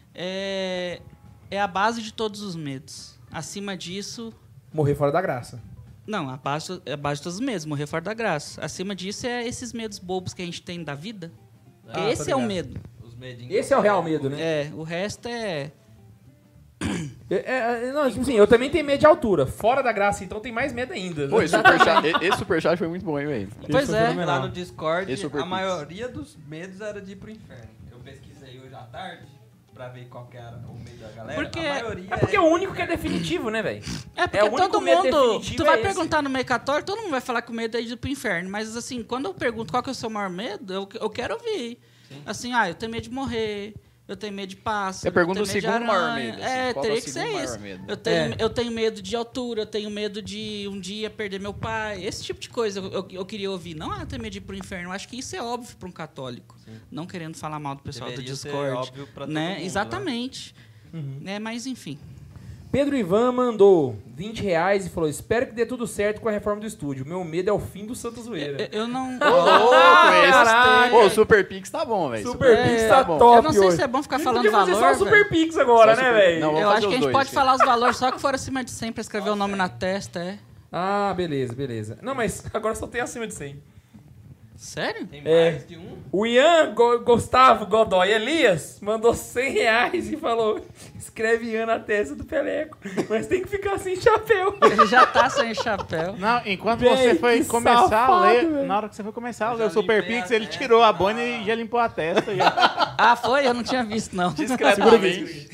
É, é a base de todos os medos. Acima disso... Morrer fora da graça. Não, a base, é a base de todos os medos. Morrer fora da graça. Acima disso é esses medos bobos que a gente tem da vida. Porque Ah, esse tô é o ligado. medo. Os medinhos. Esse é o real medo, né? É, o resto é... É, é, não, tipo assim, eu também tenho medo de altura. Fora da graça, então tem mais medo ainda. Pô, esse superchat, esse superchat foi muito bom, hein, velho? Pois é. Lá no Discord, Esse Super a Pix. maioria dos medos era de ir pro inferno. Eu pesquisei hoje à tarde pra ver qual que era o medo da galera. Porque- A maioria É porque é o único que é definitivo, né, velho? É porque É, o único todo medo mundo. definitivo Tu vai é esse. perguntar no meio católico, todo mundo vai falar que o medo é ir pro inferno. Mas assim, quando eu pergunto qual que é o seu maior medo, eu, eu quero ouvir. Assim, ah, eu tenho medo de morrer. Eu tenho medo de pássaro. Você pergunta eu o tenho medo de segundo maior aranha. medo, assim, É, qual é teria o que segundo ser maior isso. medo? Eu tenho, É. eu tenho medo de altura, eu tenho medo de um dia perder meu pai. Esse tipo de coisa eu, eu, eu queria ouvir. Não, ah, eu tenho medo de ir pro inferno. Eu acho que isso é óbvio para um católico. Não querendo falar mal do pessoal Deveria do ser Discord. óbvio pra todo né? mundo, né? Exatamente. É, mas enfim. Pedro Ivan mandou vinte reais e falou: espero que dê tudo certo com a reforma do estúdio. Meu medo é o fim do Santa Zoeira. Eu, eu não. Ô, louco, esse. caralho. Pô, o Super Pix tá bom, velho. Super É, Pix tá bom. top Eu não sei hoje. se é bom ficar A gente falando podia fazer valor. só o Super velho. Pix agora, Só né, Super- velho? Não, vamos Eu fazer acho que a os gente dois pode aqui. falar os valores só que for acima de cem pra escrever o nome na testa, é. Ah, beleza, beleza. Não, mas agora só tem acima de cem. Sério? Tem É. mais de um? O Ian Go- Gustavo Godoy Elias mandou cem reais e falou: escreve Ian na testa do Peleco, mas tem que ficar sem chapéu. Ele já tá sem chapéu. Não, enquanto Véi, você foi que começar safado, a ler, velho. na hora que você foi começar a Eu ler já o Super limpei Pix, a ele testa. tirou a boina e já limpou a testa. Já. Ah, foi? Eu não tinha visto, não. Discretamente.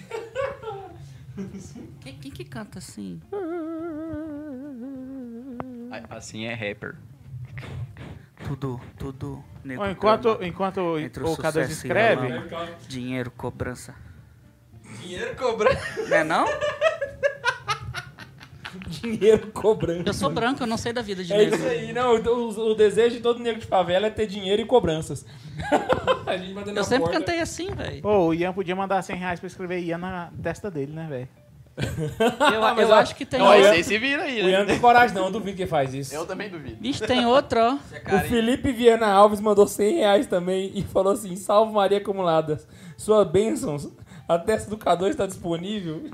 Quem, quem que canta assim? Assim é rapper. Tudo, tudo. Bom, enquanto enquanto Entre o o K dois sucesso e escreve, a lama. Dinheiro, cobrança. Dinheiro cobrando. Não é não? Dinheiro cobrando. Eu sou branco, eu não sei da vida de É negro. isso aí, não. O, o desejo de todo negro de favela é ter dinheiro e cobranças. A gente batendo Eu na sempre porta. cantei assim, velho. pô, o Ian podia mandar cem reais pra escrever Ian na testa dele, né, velho? Eu, mas eu ó, acho que tem Não, Não, outro. esse aí se vira aí, O Ian né? não tem coragem, não. Eu duvido que faz isso. Eu também duvido. Vixe, tem outro, ó. Isso é O carinho. Felipe Viana Alves mandou cem reais também e falou assim: salve Maria Acumulada. Suas bênçãos. A testa do K dois está disponível.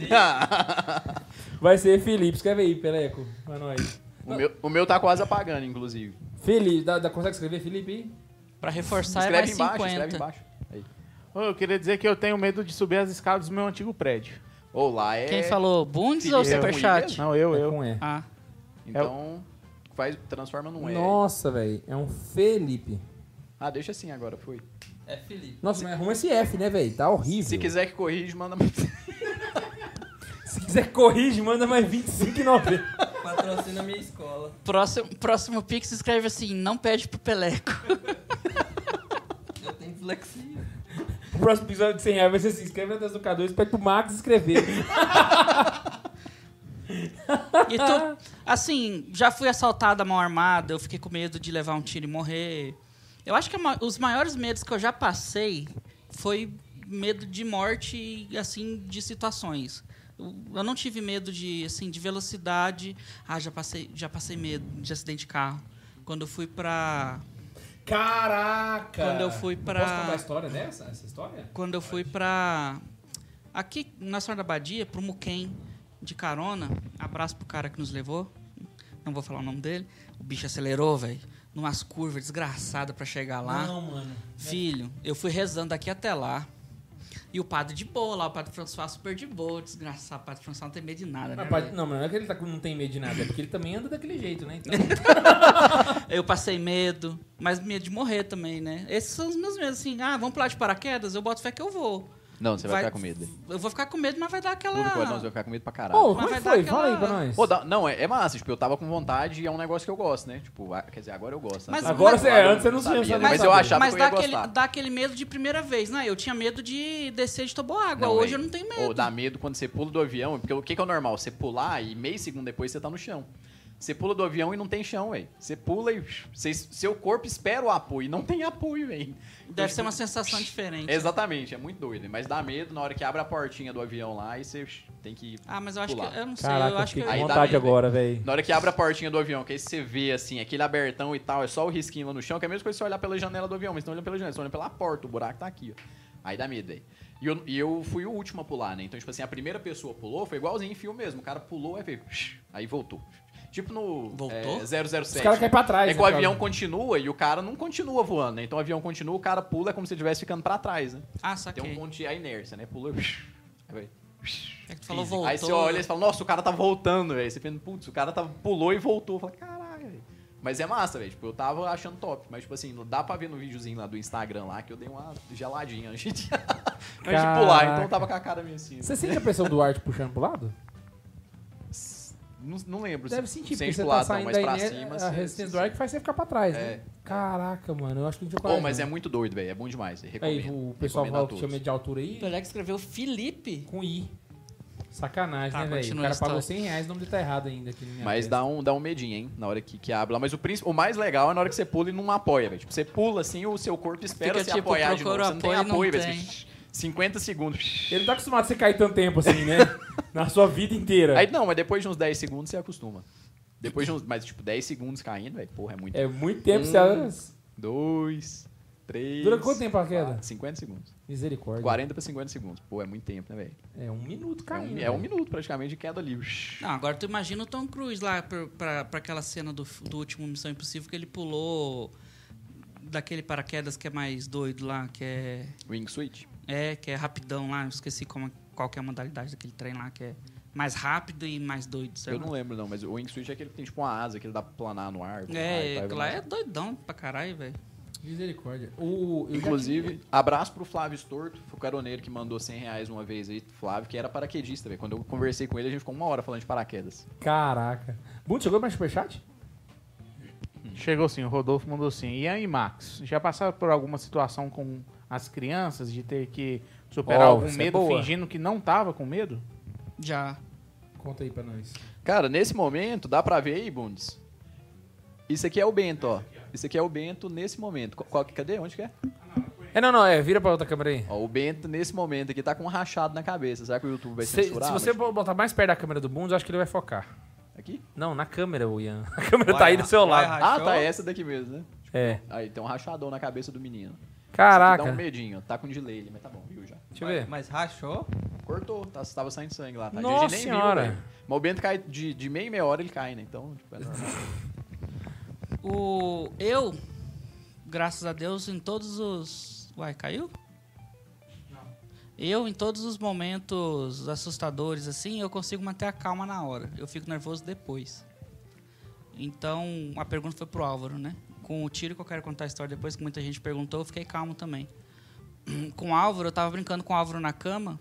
Vai ser Felipe. Escreve aí, Peleco. Pra nós. o, meu, o meu tá quase apagando, inclusive. Felipe, dá, dá- consegue escrever Felipe aí? Pra reforçar é Escreve mais embaixo, escreve cinquenta. embaixo. Aí. Ô, eu queria dizer que eu tenho medo de subir as escadas do meu antigo prédio. Ou lá é... Quem falou? Bundes Felipe, ou é ruim Superchat? mesmo? Não, eu, É eu. com E. Ah, Então, faz, transforma num E. Nossa, velho. É um Felipe. Ah, deixa assim agora, foi. É Felipe. Nossa, mas arruma esse F, né, velho? Tá horrível. Se quiser que corrija, manda... Se quiser corrige, manda mais vinte e cinco reais e noventa centavos. Patrocina a minha escola. próximo, próximo Pix escreve assim, não pede pro Peleco. Eu tenho dislexia. O próximo episódio de cem reais vai ser assim: escreve na testa do K dois, pede pro Max escrever. E tu, assim, já fui assaltada à mão armada, eu fiquei com medo de levar um tiro e morrer. Eu acho que a ma- os maiores medos que eu já passei foi medo de morte, assim, de situações. Eu, eu não tive medo de, assim, de velocidade. Ah, já passei, já passei medo de acidente de carro. Quando eu fui pra... Caraca! Quando eu fui pra- Posso contar a história dessa? Essa história? Quando eu fui pra... Aqui, na Senhora da Badia, pro Muquem, de carona. Abraço pro cara que nos levou. Não vou falar o nome dele. O bicho acelerou, velho. Numas curvas desgraçadas pra chegar lá. Não, mano. Filho, eu fui rezando daqui até lá. E o padre de boa lá, o padre François super de boa. Desgraçado, o padre François não tem medo de nada, né? Não, pode- velho? não, mas não é que ele tá, com- não tem medo de nada, é porque ele também anda daquele jeito, né? Então, Eu passei medo, mas medo de morrer também, né? Esses são os meus medos, assim. Ah, vamos pular de paraquedas? Eu boto fé que eu vou. Não, você vai, ficar com medo. Eu vou ficar com medo, mas vai dar aquela... Tudo que vai- não, você vai ficar com medo pra caralho. Pô, Mas como é vai que dar foi? aquela- Fala aí pra nós. Pô, dá- não, é, é massa, tipo, eu tava com vontade e é um negócio que eu gosto, né? Tipo, ah, quer dizer, agora eu gosto. Mas- Antes eu Agora não você- gostava, antes você não sabia, sabia, né? Mas não eu sabia. achava Mas que eu dá ia aquele, gostar. dá aquele medo de primeira vez, né? Eu tinha medo de descer de toboágua. Não, Hoje é- eu não tenho medo. Ou dá medo quando você pula do avião, porque o que, que é o normal? Você pular e meio segundo depois você tá no chão. Você pula do avião e não tem chão, velho. Você pula e você- seu corpo espera o apoio. Não tem apoio, velho. Deve ser uma sensação diferente. Exatamente, é muito doido. Mas dá medo na hora que abre a portinha do avião lá e você tem que... Ah, mas eu acho pular. que... Eu não sei, Caraca, eu eu acho que... fiquei eu- com Aí dá vontade medo, agora, velho. Na hora que abre a portinha do avião, que aí você vê, assim, aquele abertão e tal, é só o risquinho lá no chão, que é a mesma coisa que você olhar pela janela do avião, mas você não olha pela janela, você olha pela porta, o buraco tá aqui, ó. Aí dá medo, aí. E eu, e eu fui o último a pular, né? Então, tipo assim, a primeira pessoa pulou, foi igualzinho em filme mesmo. O cara pulou, aí veio, aí voltou. Tipo no Voltou? é, zero zero Os sete. caras caem pra trás. É que o né, avião cara? continua e o cara não continua voando, né? Então o avião continua, o cara pula, é como se ele estivesse ficando pra trás, né? Ah, Tem saquei. um ponto de a inércia, né? Pula, aí vai. É que tu falou física. voltou. Aí você olha e você fala, nossa, o cara tá voltando, velho. Você pensa, putz, o cara tá, pulou e voltou. Fala, caralho, velho. Mas é massa, velho. Tipo, eu tava achando top. Mas, tipo assim, não dá pra ver no videozinho lá do Instagram lá que eu dei uma geladinha antes de, antes de pular. Então eu tava com a cara meio assim. Você sente a pressão do ar te puxando pro lado? Não, não lembro. Deve se, sentir, sem porque você pro tá lado, não, saindo mas daí, pra né? cima. A você- resistência você- do ar que faz você ficar pra trás, É. né? Caraca, mano, eu acho que não tinha Pô, coragem. mas é não. muito doido, velho. É bom demais. Eu Aí, recomendo. o pessoal Recomendo a fala que todos. chama de altura aí O Pelé que escreveu Felipe. com I. Sacanagem, Tá, né, velho? O continua cara a história. pagou cem reais e o nome dele tá errado ainda aqui na minha Mas testa. dá um, dá um medinho, hein? Na hora que, que abre lá. Mas o, príncipe, o mais legal é na hora que você pula e não apoia, velho. Tipo, você pula assim, o seu corpo espera Fica você tipo, apoiar de novo. procura Você não tem apoio e não apoio, velho. tem. Você- cinquenta segundos. Ele não tá acostumado a você cair tanto tempo assim, né? Na sua vida inteira. Aí não, mas depois de uns dez segundos você acostuma. Depois de uns. Mas, tipo, dez segundos caindo, velho. Porra, é muito. É muito tempo, Um, você... Dois. Três. Dura quanto tempo a queda? quatro, cinquenta segundos. Misericórdia. quarenta pra cinquenta segundos. Pô, é muito tempo, né, velho? É um minuto É, um, caindo. é um velho. minuto praticamente de queda livre. Não, agora tu imagina o Tom Cruise lá pra, pra, pra aquela cena do, do último Missão Impossível que ele pulou daquele paraquedas que é mais doido lá, que é. Wingsuit. É, que é rapidão lá, eu esqueci como, qual que é a modalidade daquele trem lá, que é mais rápido e mais doido, sei Eu lá. não lembro, não, mas o wingsuit é aquele que tem tipo uma asa que ele dá pra planar no ar. voar, É, e vai, lá vai. é doidão pra caralho, velho. Misericórdia. O, eu já Inclusive, abraço pro Flávio Storto, foi o caroneiro que mandou cem reais uma vez aí, Flávio, que era paraquedista, velho. Quando eu conversei com ele, a gente ficou uma hora falando de paraquedas. tive- Caraca. Bunto, chegou mais superchat? Chegou sim, o Rodolfo mandou sim. Ian e Max, já passaram por alguma situação com as crianças de ter que superar Ó, algum essa é medo boa. fingindo que não tava com medo? Já. Conta aí pra nós. Cara, nesse momento, dá pra ver aí, Bundes? Isso aqui é o Bento, ó. Isso aqui é o Bento nesse momento. Qual, que- cadê? Onde que é? É, não, não, é, vira pra outra câmera aí. Ó, o Bento nesse momento aqui tá com um rachado na cabeça. Será que o YouTube vai Se, censurar? se você mas- botar mais perto da câmera do Bundes, eu acho que ele vai focar. Aqui? Não, na câmera, o Ian. A câmera Vai, tá aí do seu vai, lado. Ah, Rachou? tá essa daqui mesmo, né? É. Aí, tem um rachadão na cabeça do menino. Isso aqui Caraca. dá um medinho, ó. Tá com delay ali, mas tá bom, viu já. Deixa eu Mas, ver. mas rachou? Cortou, tá, tava saindo sangue lá. Tá? Nossa A gente nem senhora. Viu, velho. Mas o Bento cai de, de meia em meia hora, ele cai, né? Então, tipo, é normal. O, eu, graças a Deus, em todos os... Uai, caiu? Não. Eu, em todos os momentos assustadores, assim, eu consigo manter a calma na hora. Eu fico nervoso depois. Então, a pergunta foi pro Álvaro, né? Com o tiro que eu quero contar a história depois, que muita gente perguntou, eu fiquei calmo também. Com o Álvaro, eu tava brincando com o Álvaro na cama.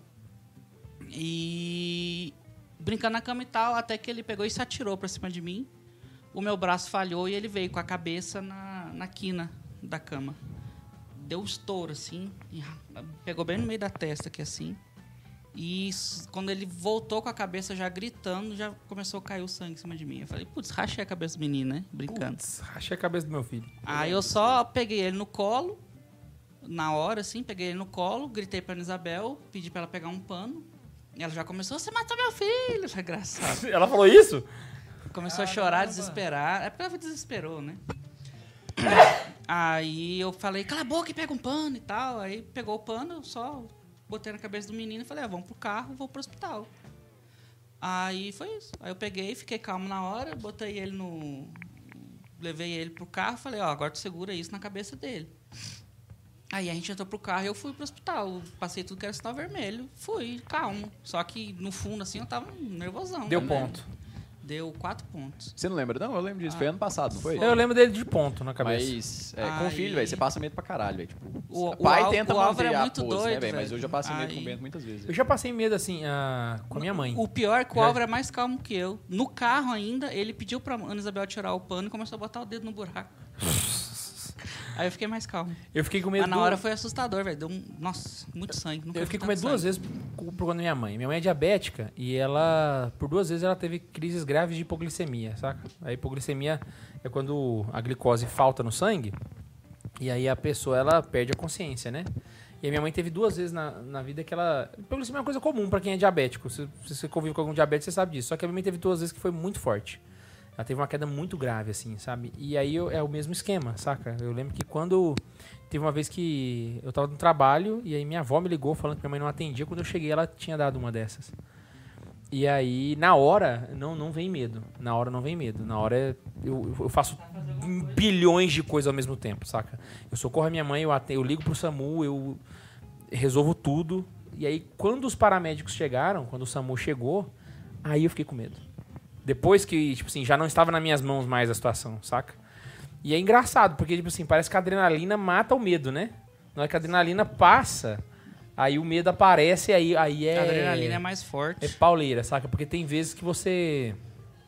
E... brincando na cama e tal, até que ele pegou e se atirou pra cima de mim. O meu braço falhou e ele veio com a cabeça na, na quina da cama. Deu um estouro, assim, e pegou bem no meio da testa aqui, assim. E s- quando ele voltou com a cabeça já gritando, já começou a cair o sangue em cima de mim. Eu falei, putz, rachei a cabeça do menino, né? Brincando. Putz, rachei a cabeça do meu filho. Aí eu só peguei ele no colo, na hora, assim, peguei ele no colo, gritei pra Ana Isabel, pedi pra ela pegar um pano. E ela já começou, você matou meu filho. Foi engraçado. Ela falou isso? Começou a chorar, desesperar. É porque ela desesperou, né? Aí eu falei, cala a boca e pega um pano e tal. Aí pegou o pano, eu só botei na cabeça do menino e falei, ah, vamos pro carro, vou pro hospital. Aí foi isso. Aí eu peguei, fiquei calmo na hora, botei ele no... Levei ele pro carro, falei, ó, agora tu segura isso na cabeça dele. Aí a gente entrou pro carro e eu fui pro hospital. Passei tudo que era sinal vermelho. Fui, calmo. Só que no fundo, assim, eu tava nervosão. Deu né? ponto. Deu quatro pontos. Você não lembra? Não, eu lembro disso. Foi ano passado, não foi? Eu lembro dele de ponto na cabeça. Mas, é, com Aí- filho, velho, você passa medo pra caralho, velho. Tipo, O- o pai o Al- tenta o Álvaro manter é a muito pose, né, doido, velho? Mas eu já passei medo velho. com o Bento muitas vezes. Eu já passei medo, assim, ah, com a minha mãe. O pior é que o Já- Álvaro é mais calmo que eu. No carro ainda, ele pediu pra Ana Isabel tirar o pano e começou a botar o dedo no buraco. Aí eu fiquei mais calmo. Eu fiquei com medo Mas na do- hora foi assustador, velho. Deu um... Nossa, muito sangue. Nunca Eu vi fiquei com tanto medo duas sangue. vezes por, por conta da minha mãe. Minha mãe é diabética e ela, por duas vezes, ela teve crises graves de hipoglicemia, saca? A hipoglicemia é quando a glicose falta no sangue e aí a pessoa, ela perde a consciência, né? E a minha mãe teve duas vezes na, na vida que ela... Hipoglicemia é uma coisa comum pra quem é diabético. Se, se você convive com algum diabetes, você sabe disso. Só que a minha mãe teve duas vezes que foi muito forte. Ela teve uma queda muito grave, assim, sabe? E aí eu- é o mesmo esquema, saca? Eu lembro que quando... Teve uma vez que eu tava no trabalho e aí minha avó me ligou falando que minha mãe não atendia. Quando eu cheguei, ela tinha dado uma dessas. E aí, na hora, não, não vem medo. Na hora não vem medo. Na hora eu, eu faço bilhões de coisas ao mesmo tempo, saca? Eu socorro a minha mãe, eu, ate- eu ligo pro SAMU, eu resolvo tudo. E aí, quando os paramédicos chegaram, quando o SAMU chegou, aí eu fiquei com medo. Depois que, tipo assim, já não estava nas minhas mãos mais a situação, saca? E é engraçado, porque, tipo assim, parece que a adrenalina mata o medo, né? Na hora que a adrenalina passa, aí o medo aparece, aí, aí é... A adrenalina é mais forte. É pauleira, saca? Porque tem vezes que você...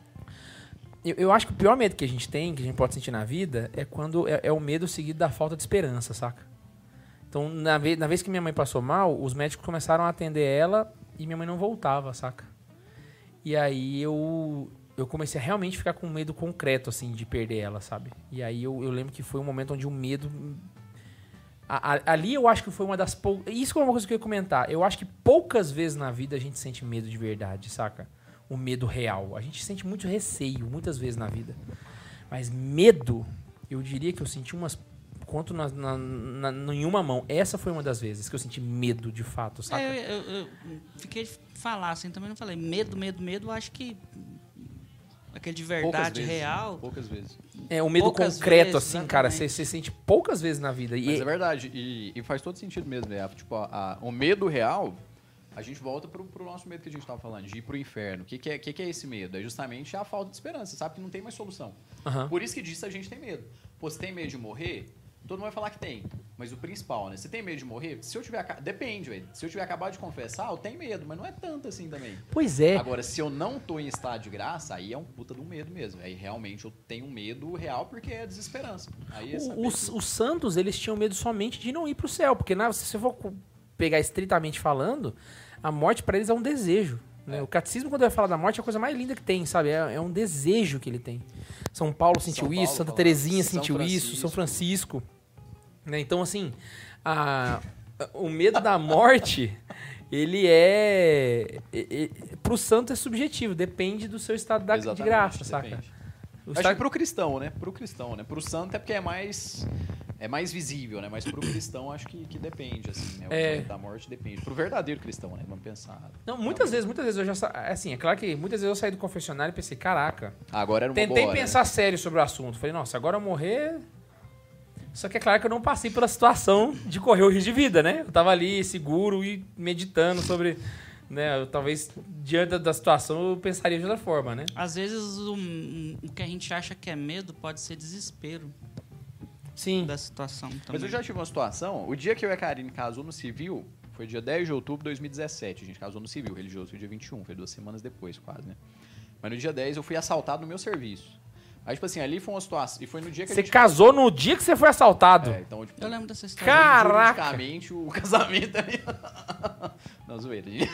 Eu, eu acho que o pior medo que a gente tem, que a gente pode sentir na vida, é quando é, é o medo seguido da falta de esperança, saca? Então, na vez, na vez que minha mãe passou mal, os médicos começaram a atender ela e minha mãe não voltava, saca? E aí eu, eu comecei a realmente ficar com medo concreto, assim, de perder ela, sabe? E aí eu, eu lembro que foi um momento onde o medo... A, a, ali eu acho que foi uma das poucas... Isso é uma coisa que eu ia comentar. Eu acho que poucas vezes na vida a gente sente medo de verdade, saca? O medo real. A gente sente muito receio, muitas vezes na vida. Mas medo, eu diria que eu senti umas... Conto na, na, na, em uma mão. Essa foi uma das vezes que eu senti medo, de fato, saca? É, eu, eu, eu fiquei de falar assim, também não falei. Medo, medo, medo, eu acho que... Aquele de Poucas verdade vezes, real... Poucas vezes. É, o medo Poucas concreto, vezes, assim, cara, exatamente. você sente poucas vezes na vida. Mas E é verdade, e, e faz todo sentido mesmo, né? Tipo, a- a- o medo real, a gente volta pro, pro nosso medo que a gente tava falando, de ir pro inferno. O que, que, é, que, que é esse medo? É justamente a falta de esperança, sabe? Que não tem mais solução. Aham. Por isso que disso a gente tem medo. Pô, você tem medo de morrer? Todo mundo vai falar que tem. Mas o principal, né? Você tem medo de morrer? Se eu tiver... aca- Depende, velho. Se eu tiver acabado de confessar, eu tenho medo, mas não é tanto assim também. Pois é. Agora, se eu não tô em estado de graça, aí é um puta do medo mesmo. Aí realmente eu tenho medo real porque é desesperança. Aí é saber O- que- Os, os santos, eles tinham medo somente de não ir pro céu. Porque na, se você for co- pegar estritamente falando, a morte pra eles é um desejo. Né? O catecismo, quando vai falar da morte, é a coisa mais linda que tem, sabe? É, é um desejo que ele tem. São Paulo sentiu São isso, Paulo Santa falava, Teresinha São sentiu isso, Francisco. São Francisco. Né? Então, assim, a- o medo da morte, ele é... é, é pro santo é subjetivo, depende do seu estado da, de Exatamente, graça, saca? depende. O Acho estado- que pro cristão, né? Pro cristão, né? Pro santo é porque é mais é mais visível, né? Mas pro cristão acho que, que depende, assim, né? O É. medo da morte depende. Pro verdadeiro cristão, né? Vamos pensar. Não, muitas vezes, muitas vezes eu já... sa- Assim, é claro que muitas vezes eu saí do confessionário e pensei, caraca... Agora era uma Tentei boa hora, pensar sério sobre o assunto. Falei, nossa, agora eu morrer... Só que é claro que eu não passei pela situação de correr o risco de vida, né? Eu tava ali seguro e meditando sobre... Né? Eu, talvez, diante da- da situação, eu pensaria de outra forma, né? Às vezes o, o que a gente acha que é medo pode ser desespero Sim. da situação também. Mas eu já tive uma situação, o dia que eu e a Karine casou no civil, foi dia dez de outubro de dois mil e dezessete. A gente casou no civil, religioso foi dia vinte e um, foi duas semanas depois, quase, né? Mas no dia dez eu fui assaltado no meu serviço. Aí, tipo assim, ali foi uma situação, e foi no dia que Você a gente... casou no dia que você foi assaltado. É, então, tipo, Eu lembro dessa história. Caraca! juridicamente, o casamento aí... Não, zoeira, gente.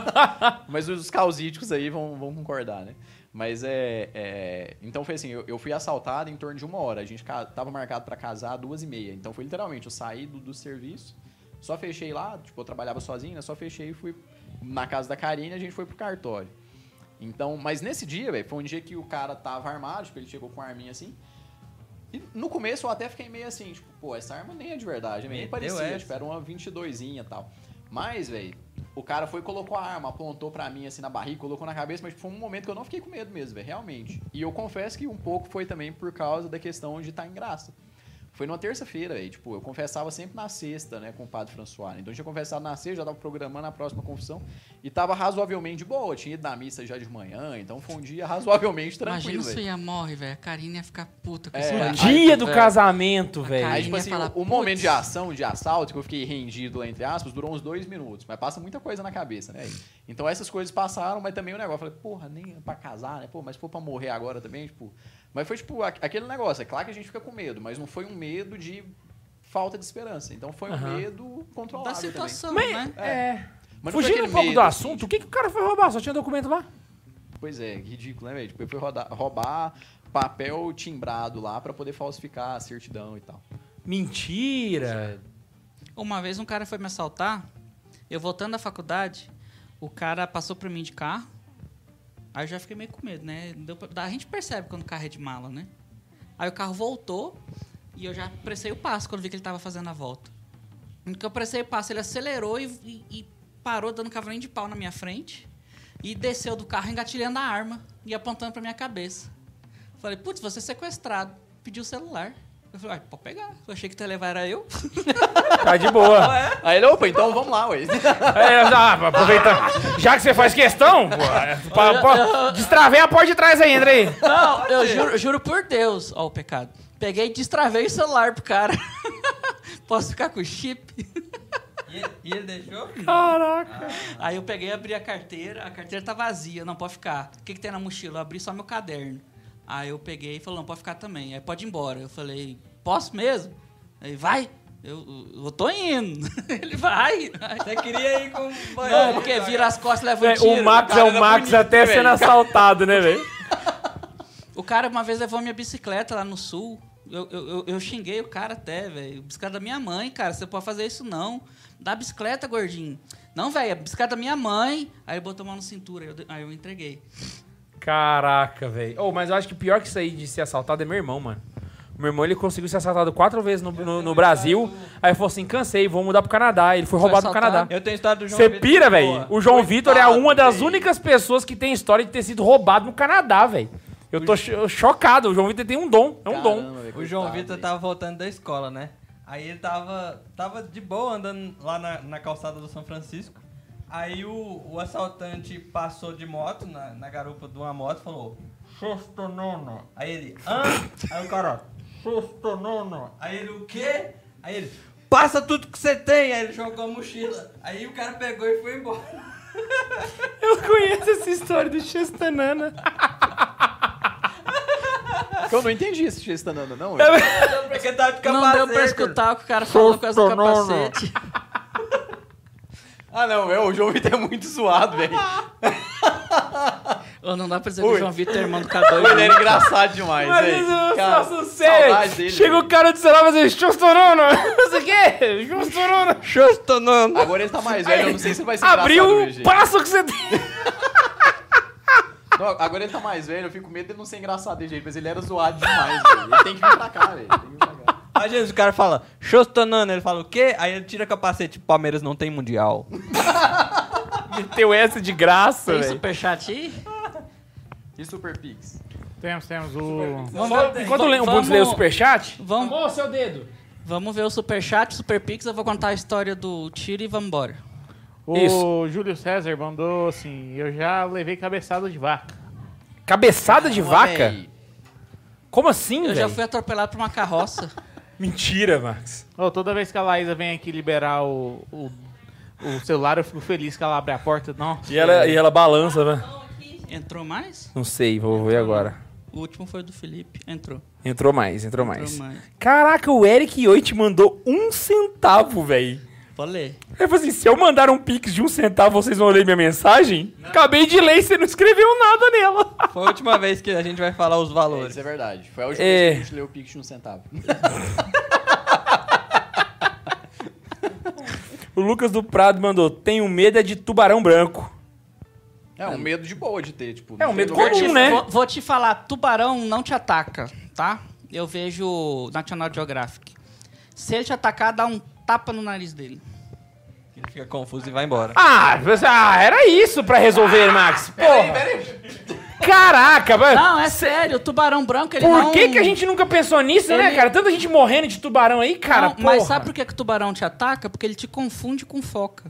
Mas os causídicos aí vão, vão concordar, né? Mas é, é... Então foi assim, eu, eu fui assaltado em torno de uma hora. A gente ca- tava marcado pra casar às duas e meia. Então foi literalmente, eu saí do, do serviço, só fechei lá, tipo, eu trabalhava sozinho, né? Só fechei e fui na casa da Karine e a gente foi pro cartório. Então, mas nesse dia, velho, foi um dia que o cara tava armado, tipo, ele chegou com a arminha assim. E no começo eu até fiquei meio assim, tipo, pô, essa arma nem é de verdade, nem Meteu parecia, essa. tipo, era uma vinte e doisinha e tal. Mas, velho, o cara foi e colocou a arma, apontou pra mim assim na barriga, colocou na cabeça, mas tipo, foi um momento que eu não fiquei com medo mesmo, velho, realmente. E eu confesso que um pouco foi também por causa da questão de estar em graça. Foi numa terça-feira, velho, tipo, eu confessava sempre na sexta, né, com o padre François. Então eu tinha confessado na sexta, já tava programando a próxima confissão e tava razoavelmente de boa, eu tinha ido na missa já de manhã, então foi um dia razoavelmente Imagina tranquilo, se eu velho. ia morrer, velho. A Karine ia ficar puta com É, esse aí- O bandido. dia do é. casamento, velho. Aí, Karine tipo ia assim, falar, o, o "Putz." momento de ação, de assalto, que eu fiquei rendido lá, entre aspas, durou uns dois minutos. Mas passa muita coisa na cabeça, né? Então essas coisas passaram, mas também o negócio. Eu falei, porra, nem é pra casar, né? Pô, mas se for pra morrer agora também, tipo... Mas foi, tipo, a- aquele negócio. É claro que a gente fica com medo, mas não foi um medo de falta de esperança. Então foi um Aham. medo controlável Da situação, Mas, né? é... Mas não foi Fugindo um aquele pouco medo, do assim, assunto, tipo, o que, que o cara foi roubar? Só tinha documento lá? Pois é, ridículo, né, velho? Tipo, ele foi rodar- roubar papel timbrado lá pra poder falsificar a certidão e tal. Mentira! Uma vez um cara foi me assaltar, eu voltando da faculdade, o cara passou por mim de carro, aí eu já fiquei meio com medo, né? Deu pra- a gente percebe quando o carro é de mala, né? Aí o carro voltou e eu já pressei o passo quando vi que ele tava fazendo a volta. No que eu pressei o passo, ele acelerou e, e- e parou dando cavalinho de pau na minha frente e desceu do carro engatilhando a arma e apontando pra minha cabeça. Falei, putz, você é sequestrado. Pediu o celular. Eu falei, ah, pode pegar. Eu achei que tu ia levar era eu. Tá de boa. Aí ele, opa, então vamos lá, ué. É, ah, aproveitando. Já que você faz questão, pô, é, pra- pra- destravei a porta de trás aí, entra aí. Não, eu juro, juro por Deus. Ó o pecado. Peguei e destravei o celular pro cara. Posso ficar com o chip? E, e ele deixou? Caraca. Aí eu peguei e abri a carteira. A carteira tá vazia, não pode ficar. O que, que tem na mochila? Eu abri só meu caderno. Aí eu peguei e falou, não, pode ficar também. Aí pode ir embora. Eu falei, posso mesmo? Aí, vai. Eu, eu tô indo. Ele vai. Você queria ir com o Não, banheiro? porque vira as costas e leva um É, tiro. o Max é cara o era Max bonito, até velho. sendo assaltado, né, velho? O cara uma vez levou minha bicicleta lá no sul. Eu, eu, eu, eu xinguei o cara até, velho. Bicicleta da minha mãe, cara. Você pode fazer isso não. Dá bicicleta, gordinho. Não, velho. A bicicleta da minha mãe. Aí ele botou a mão na cintura. Aí eu, aí eu entreguei. Caraca, velho. Oh, mas eu acho que pior que isso aí de ser assaltado é meu irmão, mano. O meu irmão, ele conseguiu ser assaltado quatro vezes no, no, no Brasil. Aí ele falou assim, cansei, vou mudar pro Canadá. Ele foi, Foi roubado no assaltado? Canadá. Eu tenho história do João Você Vitor pira, boa. velho? O João Vitor é Coitado, uma das velho. únicas pessoas que tem história de ter sido roubado no Canadá, velho. Eu tô cho- chocado. O João Vitor tem um dom. É um dom. Caramba, velho, O João coitado, Vitor velho. tava voltando da escola, né? Aí ele tava, tava de boa andando lá na, na calçada do São Francisco. Aí o, o assaltante passou de moto, na, na garupa de uma moto, e falou: Sexto nono. Aí ele, hã? Aí o cara, sexto nono. Aí ele, o quê? Aí ele, passa tudo que você tem. Aí ele jogou a mochila. Aí o cara pegou e foi embora. Eu conheço essa história do Chestanana. Eu não entendi esse gestanando, não. velho. Porque ele tava de capacete. Não deu pra escutar o que o cara falou com causa do capacete. Ah, não, velho, o João Vitor é muito zoado, velho. Ou não dá pra dizer que Ui. o João Vitor é irmão do K dois. Ele era engraçado demais, Mas velho. isso, Cara, nossa, saudade sério. dele, Chega velho. o cara do celular e faz Chestanana. Não sei o quê. Chestanana. Sexto nono. Agora ele tá mais velho, eu não sei se vai ser Abriu, engraçado hoje. passa o que você tem. Não, agora ele tá mais velho, eu fico com medo de ele não ser engraçado desse jeito, mas ele era zoado demais, velho. Ele tem que vir pra cá, velho. Tem que vir pra cá. Às vezes o cara fala, Chostonano, ele fala o quê? Aí ele tira o capacete, Palmeiras não tem mundial. Meteu essa de graça, Tem velho. superchat aí? E Super Pix? Temos, temos o... Só- Enquanto o Vamos- Bundes lê o superchat... Vamos, Tomou o seu dedo. vamos ver o superchat, super pix. Eu vou contar a história do tiro e vamos embora. O Isso. Júlio César mandou assim, eu já levei cabeçada de vaca. Cabeçada de vaca? Véi. Como assim, Eu já velho? fui atropelado por uma carroça. Mentira, Max. Ô, toda vez que a Laísa vem aqui liberar o, o, o celular, eu fico feliz que ela abre a porta. Nossa, E ela, e ela balança, né? Então, aqui, Entrou mais? Não sei, vou ver agora. O último foi do Felipe. Entrou. Entrou mais, entrou mais. Entrou mais. Caraca, o Eric Oit mandou um centavo, velho. Pode ler. Ele falou assim, se eu mandar um pix de um centavo, vocês vão ler minha mensagem? Acabei de ler e você não escreveu nada nela. Foi a última vez que a gente vai falar os É, valores. isso é verdade. Foi a última É. vez que a gente leu o Pix de um centavo. O Lucas do Prado mandou, tenho medo é de tubarão branco. É um medo de boa de ter, tipo... É um não medo tem lugar comum, de- né? Vou, vou te falar, tubarão não te ataca, tá? Eu vejo National Geographic. Se ele te atacar, dá um tapa no nariz dele. Ele fica confuso e vai embora. Ah, você- ah, era isso pra resolver, Max. Porra. Caraca, mano. Não, é sério, o tubarão branco, ele Por não... que, que a gente nunca pensou nisso, né, Ele- cara? Tanta gente morrendo de tubarão aí, cara. Não, mas porra. sabe por que, que o tubarão te ataca? Porque ele te confunde com foca.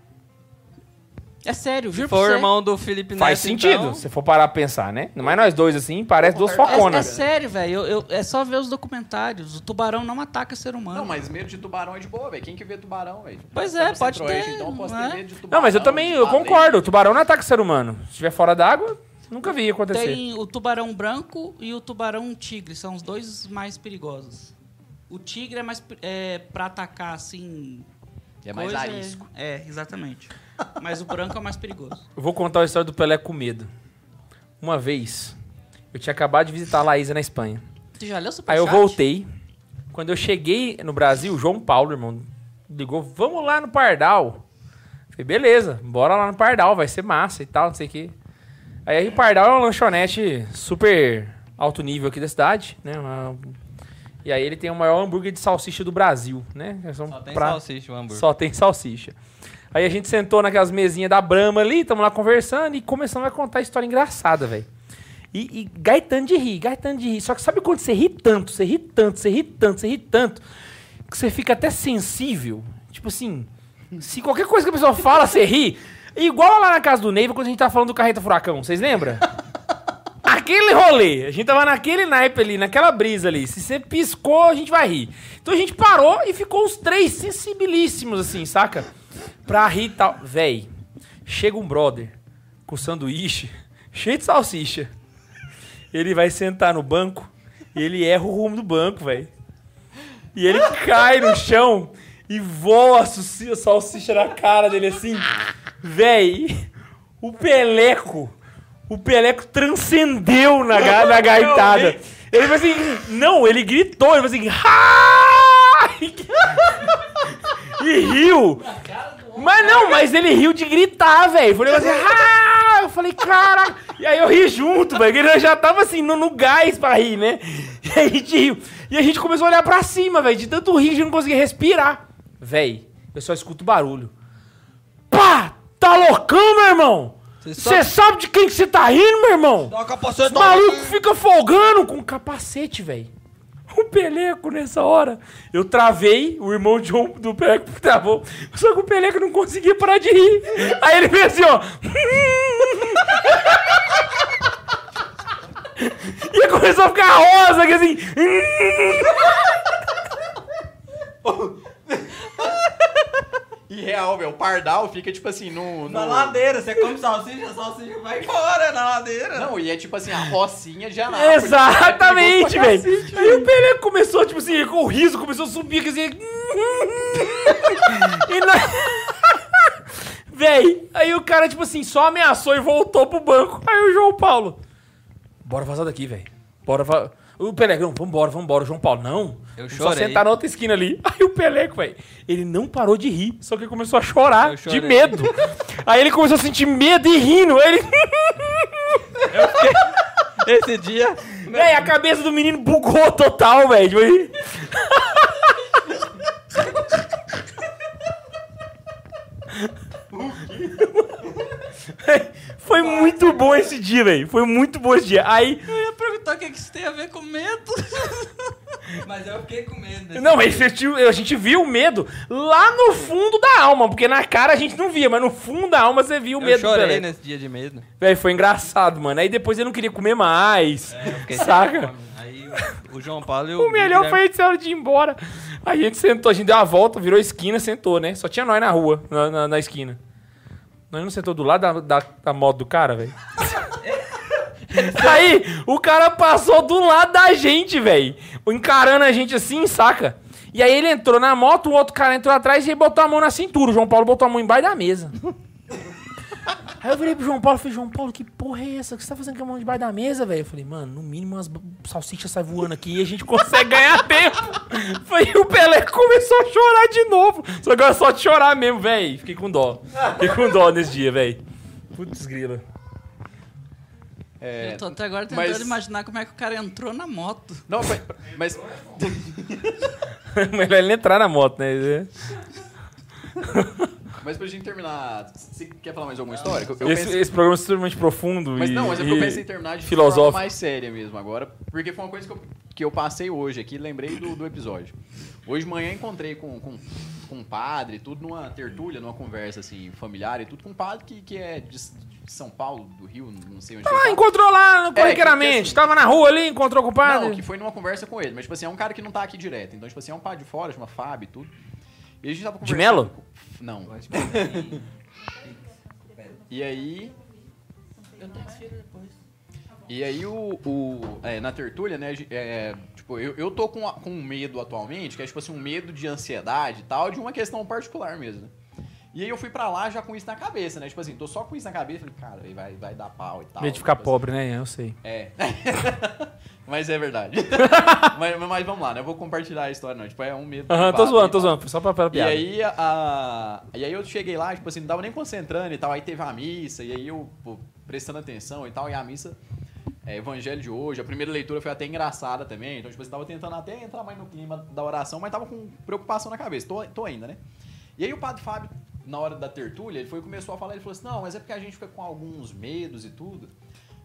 É sério, juro pra Foi o você. irmão do Felipe Neto, Faz sentido, então, se for parar pra pensar, né? Mas nós dois, assim, parece duas É, é foconas. sério, velho. Eu- eu- É só ver os documentários. O tubarão não ataca ser humano. Não, mas medo de tubarão é de boa, velho. Quem que vê tubarão, velho? Pois Tá é, no pode Centro-Oeste, ter, Então eu posso não ter é? medo de tubarão. Não, mas eu também, de eu baleia. concordo. O tubarão não ataca ser humano. Se estiver fora d'água, nunca vi acontecer. Tem o tubarão branco e o tubarão tigre. São os dois mais perigosos. O tigre é mais é, pra atacar, assim... É mais coisa, arisco. É, é, exatamente. Mas o branco é o mais perigoso. Eu vou contar a história do Pelé com medo. Uma vez, eu tinha acabado de visitar a Laísa na Espanha. Tu já leu o Aí superchat? eu voltei. Quando eu cheguei no Brasil, o João Paulo, irmão, ligou, vamos lá no Pardal. Falei, beleza, bora lá no Pardal, vai ser massa e tal, não sei o quê. Aí o Pardal é uma lanchonete super alto nível aqui da cidade, né? Uma- E aí ele tem o maior hambúrguer de salsicha do Brasil, né? São Só tem pra- salsicha o hambúrguer. Só tem salsicha. Aí a gente sentou naquelas mesinhas da Brahma ali, tamo lá conversando e começamos a contar história engraçada, velho. E, e gaitando de rir, gaitando de rir. Só que sabe quando você ri tanto, você ri tanto, você ri tanto, você ri tanto, que você fica até sensível? Tipo assim, se qualquer coisa que a pessoa fala, você ri. Igual lá na casa do Neiva, quando a gente tava falando do Carreta Furacão, vocês lembram? Aquele rolê, a gente tava naquele naipe ali, naquela brisa ali. Se você piscou, a gente vai rir. Então a gente parou e ficou os três sensibilíssimos, assim, saca? Pra rir e tal. Véi, chega um brother com sanduíche cheio de salsicha. Ele vai sentar no banco e ele erra o rumo do banco, velho. E ele cai no chão e voa a salsicha na cara dele assim. Véi, o Peleco, o Peleco transcendeu na, ga na gaitada. Ele foi assim, não, ele gritou, ele foi assim, Aaah! E riu. Mas não, mas ele riu de gritar, velho. Foi um negócio assim, Aaah! Eu falei, cara. E aí eu ri junto, velho. Ele já tava assim, no, no gás pra rir, né? E aí a gente riu. E a gente começou a olhar pra cima, velho. De tanto rir, a gente não conseguia respirar. Véi, eu só escuto barulho. Pá! Tá loucão, meu irmão? Você sabe de quem que você tá rindo, meu irmão? Dá uma capacete. Os malucos ficam folgando com capacete, velho. O Peleco nessa hora. Eu travei, o irmão de um, do Peleco travou. Só que o Peleco não conseguia parar de rir. Aí ele fez assim, ó. E começou a ficar rosa, que assim. E real, velho, o pardal fica tipo assim no... Na no... ladeira, você come salsicha, a salsicha vai embora na ladeira. Não, e é tipo assim, a rocinha de anápolis. Exatamente, É velho. cacete, Aí o Peleco começou, tipo assim, com o riso, começou a subir, assim... E na... Véi, aí o cara, tipo assim, só ameaçou e voltou pro banco. Aí o João Paulo... Bora vazar daqui, velho. Bora vazar... O Peleco, não, vambora, vambora. O João Paulo, não. Eu Só chorei. sentar na outra esquina ali. Aí o Peleco, velho, ele não parou de rir, só que ele começou a chorar Eu chorei. de medo. Aí ele começou a sentir medo e rindo. Aí ele... Esse dia... Véi, a cabeça do menino bugou total, velho. Foi muito bom esse dia, velho. Foi muito bom esse dia. Aí... Eu ia perguntar o que, que isso tem a ver com medo. Mas eu fiquei com medo desse Não, mas dia. você tio- a gente viu o medo lá no fundo da alma, porque na cara a gente não via, mas no fundo da alma você viu o Eu medo do chorei Pelé. nesse dia de medo. Véi, foi engraçado, mano. Aí depois ele não queria comer mais. É, eu fiquei Saca? sem fome. Aí o, o João Paulo e o... O melhor Guilherme- foi a gente sair de ir embora. Aí a gente sentou, a gente deu a volta, virou esquina, sentou, né? Só tinha nós na rua, na, na, na esquina. Nós não sentou do lado da, da, da moto do cara, velho. Aí, o cara passou do lado da gente, velho. Encarando a gente assim, saca? E aí ele entrou na moto, o outro cara entrou atrás e ele botou a mão na cintura. O João Paulo botou a mão embaixo da mesa. Aí eu virei pro João Paulo e falei, João Paulo, que porra é essa? O que você tá fazendo com a mão debaixo da mesa, velho? Eu falei, mano, no mínimo umas salsichas saem voando aqui e a gente consegue ganhar tempo. Foi o Pelé começou a chorar de novo. Só que era só de chorar mesmo, velho. Fiquei com dó. Fiquei com dó nesse dia, velho. Putz, grila. É, Eu tô até agora tentando mas- imaginar como é que o cara entrou na moto. Não, mas... mas Melhor ele entrar na moto, né? Mas pra gente terminar, você quer falar mais alguma história? Eu Esse, pensei- esse programa é extremamente profundo Mas e não, mas é porque eu e pensei em terminar de forma filosófico. mais séria mesmo agora, porque foi uma coisa que eu, que eu passei hoje aqui, lembrei do, do episódio. Hoje de manhã encontrei com, com, com um padre, tudo numa tertúlia, numa conversa assim, familiar e tudo, com um padre que, que é de, de São Paulo, do Rio, não sei onde ele Ah, tá. encontrou lá que- corriqueiramente. que assim- Tava na rua ali, encontrou com o padre. Não, que foi numa conversa com ele, mas tipo assim, é um cara que não tá aqui direto, então tipo assim, é um padre de fora, chama Fábio e tudo. E a gente tava De conversando... Melo? Não. E aí... Eu transfiro depois. E aí, o, o- é, na tertúlia, né, é, tipo, eu, eu tô com, a- com um medo atualmente, que é tipo assim, um medo de ansiedade e tal, de uma questão particular mesmo, né? E aí eu fui pra lá já com isso na cabeça, né? Tipo assim, tô só com isso na cabeça, falei, cara, aí vai, vai dar pau e tal. Medo de ficar tipo pobre, né? Eu sei. assim. É. Mas é verdade. mas, mas vamos lá, né? Eu vou compartilhar a história, não. Tipo, é um medo. Aham, de tô fato zoando, e tô tal. zoando. Só pra, pra E piada. aí, a, e aí eu cheguei lá, tipo assim, não tava nem concentrando e tal. Aí teve a missa, e aí eu pô, prestando atenção e tal. E a missa, é, Evangelho de hoje, a primeira leitura foi até engraçada também. Então, tipo assim, tava tentando até entrar mais no clima da oração, mas tava com preocupação na cabeça. Tô, tô ainda, né? E aí o padre Fábio, na hora da tertúlia, ele foi, começou a falar, ele falou assim, não, mas é porque a gente fica com alguns medos e tudo.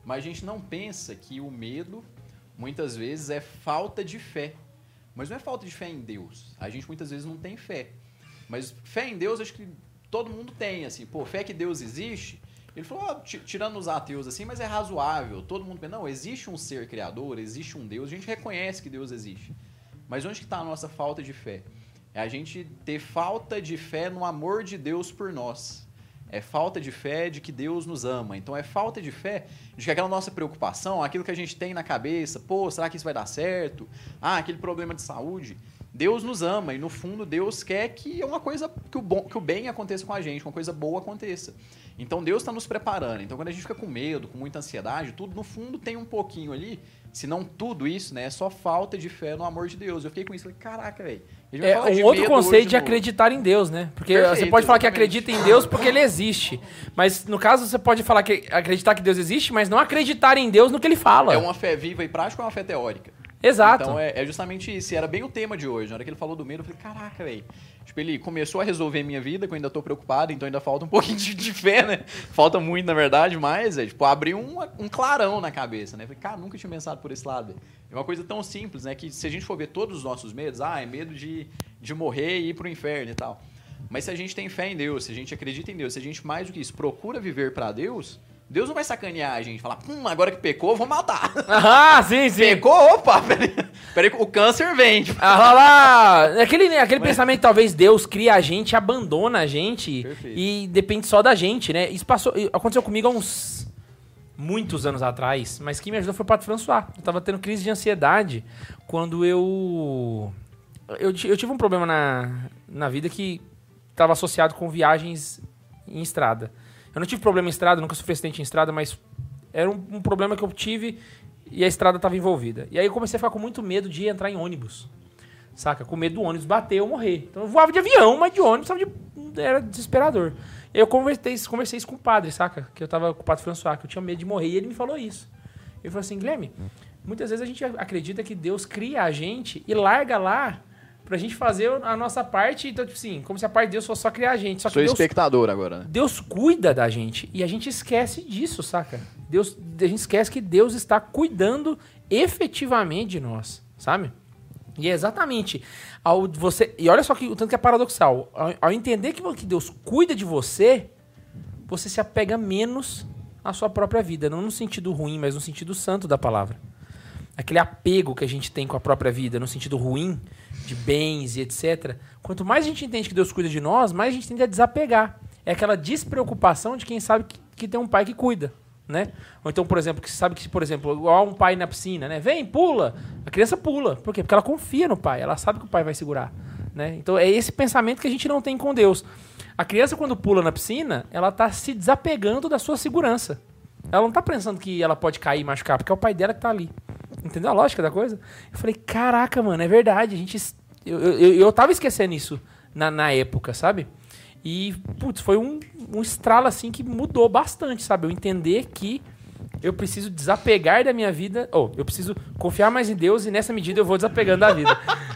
Mas a gente não pensa que o medo, muitas vezes, é falta de fé. Mas não é falta de fé em Deus. A gente muitas vezes não tem fé. Mas fé em Deus, acho que todo mundo tem, assim. Pô, fé que Deus existe. Ele falou, ó, tirando os ateus assim, mas é razoável. Todo mundo pensa, não, existe um ser criador, existe um Deus. A gente reconhece que Deus existe. Mas onde que está a nossa falta de fé? É a gente ter falta de fé no amor de Deus por nós. É falta de fé de que Deus nos ama. Então é falta de fé de que aquela nossa preocupação, aquilo que a gente tem na cabeça, pô, será que isso vai dar certo? Ah, aquele problema de saúde. Deus nos ama e no fundo Deus quer que é uma coisa que o, bom, que o bem aconteça com a gente, uma coisa boa aconteça. Então Deus está nos preparando. Então quando a gente fica com medo, com muita ansiedade, tudo no fundo tem um pouquinho ali, se não tudo isso, né, é só falta de fé no amor de Deus. Eu fiquei com isso, falei, caraca, velho. É um outro conceito de acreditar em Deus, né? Porque Perfeito, você pode falar que acredita em Deus porque ele existe. Mas no caso você pode falar que acreditar que Deus existe, mas não acreditar em Deus no que ele fala. É uma fé viva e prática ou uma fé teórica? Exato. Então é, é justamente isso. Era bem o tema de hoje. Na hora que ele falou do medo, eu falei, caraca, velho. Tipo, ele começou a resolver a minha vida, que eu ainda tô preocupado, então ainda falta um pouquinho de, de fé, né? Falta muito, na verdade, mas é, tipo, abriu um, um clarão na cabeça, né? Eu falei, cara, nunca tinha pensado por esse lado. Véio. É uma coisa tão simples, né? Que se a gente for ver todos os nossos medos, ah, é medo de, de morrer e ir pro inferno e tal. Mas se a gente tem fé em Deus, se a gente acredita em Deus, se a gente mais do que isso procura viver pra Deus, Deus não vai sacanear a gente, falar, hum, agora que pecou, vou matar. Ah, sim, sim. Pecou, opa, peraí, peraí, o câncer vem. Tipo. Ah, lá, aquele, aquele Mas... pensamento que talvez Deus cria a gente, abandona a gente Perfeito. E depende só da gente, né? Isso passou, aconteceu comigo há uns muitos anos atrás, mas quem me ajudou foi o Padre François. Eu tava tendo crise de ansiedade quando eu... Eu, eu tive um problema na, na vida que estava associado com viagens em estrada. Eu não tive problema em estrada, nunca sofri acidente em estrada, mas era um, um problema que eu tive e a estrada estava envolvida. E aí eu comecei a ficar com muito medo de entrar em ônibus, saca? Com medo do ônibus bater ou morrer. Então eu voava de avião, mas de ônibus de, era desesperador. E eu conversei, conversei isso com o padre, saca? Que eu tava com o Padre François, que eu tinha medo de morrer. E ele me falou isso. Ele falou assim, Guilherme, muitas vezes a gente acredita que Deus cria a gente e larga lá pra gente fazer a nossa parte, então, tipo assim, como se a parte de Deus fosse só criar a gente. Só que Sou Deus, espectador agora, né? Deus cuida da gente e a gente esquece disso, saca? Deus, a gente esquece que Deus está cuidando efetivamente de nós, sabe? E é exatamente ao você... E olha só que, o tanto que é paradoxal. Ao, ao entender que, que Deus cuida de você, você se apega menos à sua própria vida. Não no sentido ruim, mas no sentido santo da palavra. Aquele apego que a gente tem com a própria vida, no sentido ruim, de bens e etcétera. Quanto mais a gente entende que Deus cuida de nós, mais a gente tende a desapegar. É aquela despreocupação de quem sabe que, que tem um pai que cuida, né? Ou então, por exemplo, que sabe que, por exemplo, igual um pai na piscina, né? Vem, pula. A criança pula. Por quê? Porque ela confia no pai. Ela sabe que o pai vai segurar, né? Então, é esse pensamento que a gente não tem com Deus. A criança, quando pula na piscina, ela está se desapegando da sua segurança. Ela não está pensando que ela pode cair e machucar, porque é o pai dela que está ali. Entendeu a lógica da coisa? Eu falei, caraca, mano, é verdade. A gente, eu, eu, eu tava esquecendo isso na, na época, sabe? E, putz, foi um, um estralo, assim, que mudou bastante, sabe? Eu entender que eu preciso desapegar da minha vida. Ou, oh, eu preciso confiar mais em Deus e nessa medida eu vou desapegando da vida.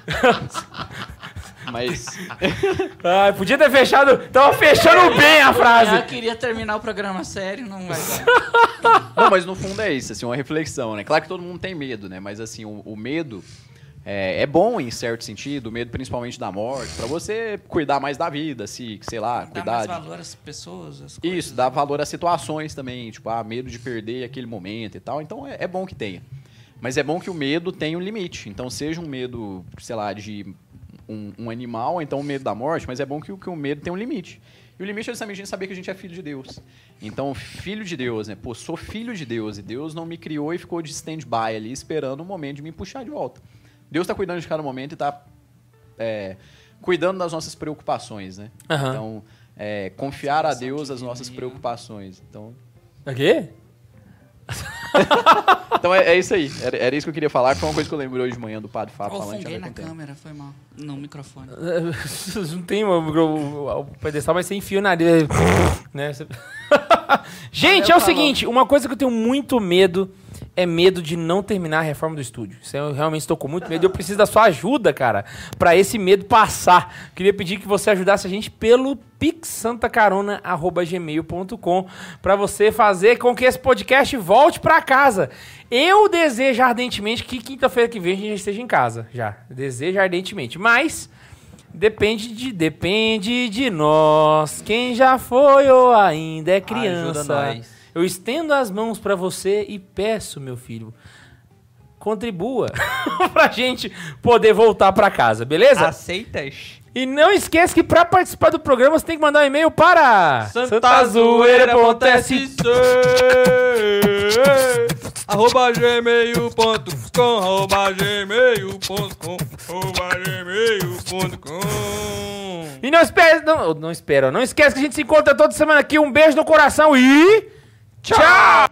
Mas... ah, podia ter fechado... Tava fechando bem a frase. Eu queria terminar o programa sério, não vai. Não, mas no fundo é isso, assim, uma reflexão, né? Claro que todo mundo tem medo, né? Mas, assim, o, o medo é, é bom em certo sentido, o medo principalmente da morte, pra você cuidar mais da vida, se, sei lá, Dá cuidar... mais de... valor às pessoas, às coisas. Isso, dá valor às situações também, tipo, ah, medo de perder aquele momento e tal. Então, é, é bom que tenha. Mas é bom que o medo tenha um limite. Então, seja um medo, sei lá, de... Um, um animal, ou então o medo da morte, mas é bom que, que o medo tenha um limite. E o limite é justamente a gente saber que a gente é filho de Deus. Então, filho de Deus, né? Pô, sou filho de Deus, e Deus não me criou e ficou de stand-by ali, esperando o momento de me puxar de volta. Deus está cuidando de cada momento e está é, cuidando das nossas preocupações, né? Uhum. Então, é, confiar a Deus as nossas preocupações. Então... O quê? Então é, é isso aí, era, era isso que eu queria falar, foi uma coisa que eu lembrei hoje de manhã do Padre Fábio falando. Eu funguei na câmera, foi mal. No microfone. Não tem o, o, o pedestal, mas você enfia na nariz. Né? Gente, é o seguinte, uma coisa que eu tenho muito medo é medo de não terminar a reforma do estúdio. Isso eu realmente estou com muito medo. Eu preciso da sua ajuda, cara, para esse medo passar. Queria pedir que você ajudasse a gente pelo pix santa carona arroba gmail ponto com para você fazer com que esse podcast volte para casa. Eu desejo ardentemente que quinta-feira que vem a gente esteja em casa, já. Desejo ardentemente, mas depende de depende de nós. Quem já foi ou ainda é criança. Ajuda nós. Eu estendo as mãos pra você e peço, meu filho, contribua pra gente poder voltar pra casa, beleza? Aceitas? E não esqueça que pra participar do programa você tem que mandar um e-mail para santazoeira ponto s c arroba gmail ponto com arroba gmail ponto com arroba gmail ponto com. E não espere, não, não espera, não esquece que a gente se encontra toda semana aqui. Um beijo no coração e tchau!